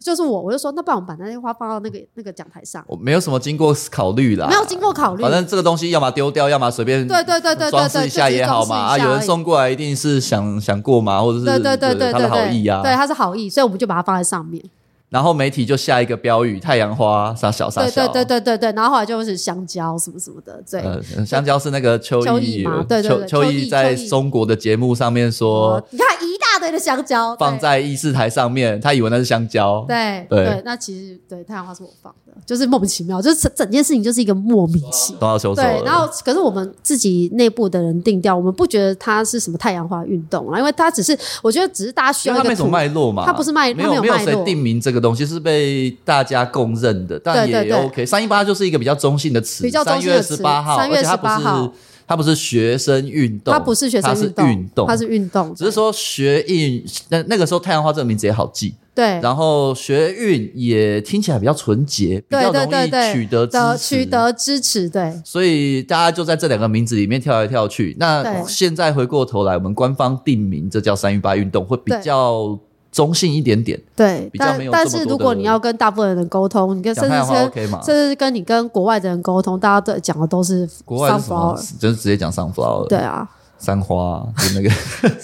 Speaker 2: 就是我就说那不然我们把那些花放到那个讲台上，
Speaker 1: 我没有什么经过考虑啦，
Speaker 2: 没有经过考虑，
Speaker 1: 反正这个东西要么丢掉，要么随便
Speaker 2: 对
Speaker 1: 装饰一下也好嘛。啊，有人送过来一定是想过嘛，或者是他的好意啊，
Speaker 2: 对，他是好意，所以我们就把它放在上面。
Speaker 1: 然后媒体就下一个标语：太阳花啥小啥小。
Speaker 2: 对，然后后来就是香蕉什么什么的，对，
Speaker 1: 香蕉是那个邱毅
Speaker 2: 嘛，对，
Speaker 1: 邱毅在中国的节目上面说，
Speaker 2: 你看一大堆的香蕉
Speaker 1: 放在议事台上面，他以为那是香蕉，
Speaker 2: 对，那其实对太阳花是我放的，就是莫名其妙，就是整件事情就是一个莫名其妙，
Speaker 1: 都要收手了。
Speaker 2: 对，然后可是我们自己内部的人定调，我们不觉得它是什么太阳花运动啦，因为它只是我觉得只是大家需要一个
Speaker 1: 它没什么脉络嘛，
Speaker 2: 它不是
Speaker 1: 没有谁定名这个东西，是被大家公认的，但也 OK。318就是一个比较中性的词，
Speaker 2: 比较中性的词。3月18号，
Speaker 1: 而且它不是学生运动，
Speaker 2: 它不是学生运动，它是运动。
Speaker 1: 只是说学运，那个时候太阳花这个名字也好记。
Speaker 2: 对，
Speaker 1: 然后学运也听起来比较纯洁，比较容易取得支持，对，所以大家就在这两个名字里面跳来跳去。那现在回过头来，我们官方定名这叫318运动，会比较中性一点点，
Speaker 2: 对，
Speaker 1: 比较没有这么多的。
Speaker 2: 但是如果你要跟大部分人沟通，你跟甚至跟你跟国外的人沟通，大家讲的都是 sunflower，
Speaker 1: 就是直接讲 sunflower，
Speaker 2: 对啊，
Speaker 1: 山花就那个。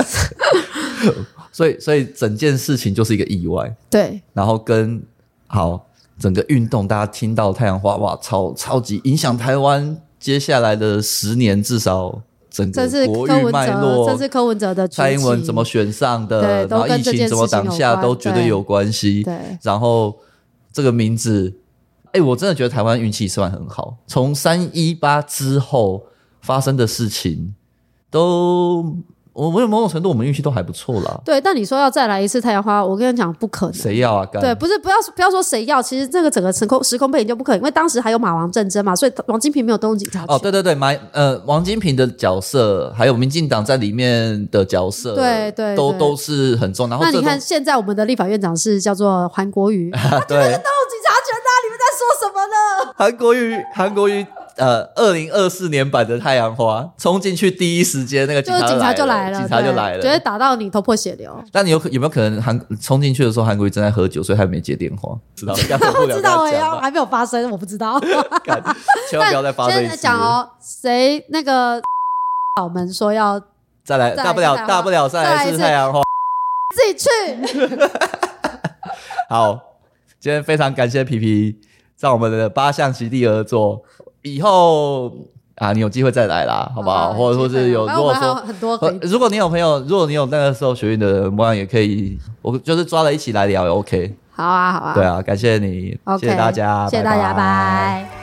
Speaker 1: 所以整件事情就是一个意外，
Speaker 2: 对，
Speaker 1: 然后整个运动，大家听到太阳花，哇，超级影响台湾接下来的10年，至少整个国域脉络，
Speaker 2: 这是柯文哲的
Speaker 1: 蔡英文怎么选上的，然后疫情怎么挡下，都绝对有关系。
Speaker 2: 对，
Speaker 1: 然后这个名字，我真的觉得台湾运气算很好，从318之后发生的事情都。我们有某种程度，我们运气都还不错啦。
Speaker 2: 对，但你说要再来一次太阳花，我跟你讲不可能。
Speaker 1: 谁要啊？
Speaker 2: 对，不要说谁要，其实这个整个时空背景就不可能，因为当时还有马王战争嘛，所以王金平没有动用警察权。
Speaker 1: 哦，对，王金平的角色，还有民进党在里面的角色，
Speaker 2: 对，
Speaker 1: 都是很重要。
Speaker 2: 那你看，现在我们的立法院长是叫做韩国瑜，他根本是动用警察权的，你们在说什么呢？
Speaker 1: 韩国瑜。2024年版的太阳花冲进去第一时间，那个警察就来了，
Speaker 2: 直接打到你头破血流。
Speaker 1: 但你有没有可能冲进去的时候，韩国瑜正在喝酒，所以还没接电话？知道？
Speaker 2: 不知道还没有发生，我不知道。
Speaker 1: 千万不要再发生一次。
Speaker 2: 现在讲哦，谁那个我们说要
Speaker 1: 再来，大不了再来一次太阳花，
Speaker 2: 自己去。
Speaker 1: 好，今天非常感谢皮皮在我们的8项席地而坐。以后你有机会再来啦，好不好？或者有，如果说
Speaker 2: 很多
Speaker 1: 如果你有朋友，如果你有那个时候学运的人，模样也可以，我就是抓了一起来聊也 OK。
Speaker 2: 好啊，
Speaker 1: 对啊，感谢你，
Speaker 2: okay，
Speaker 1: 谢谢大家，
Speaker 2: 谢谢大家，拜。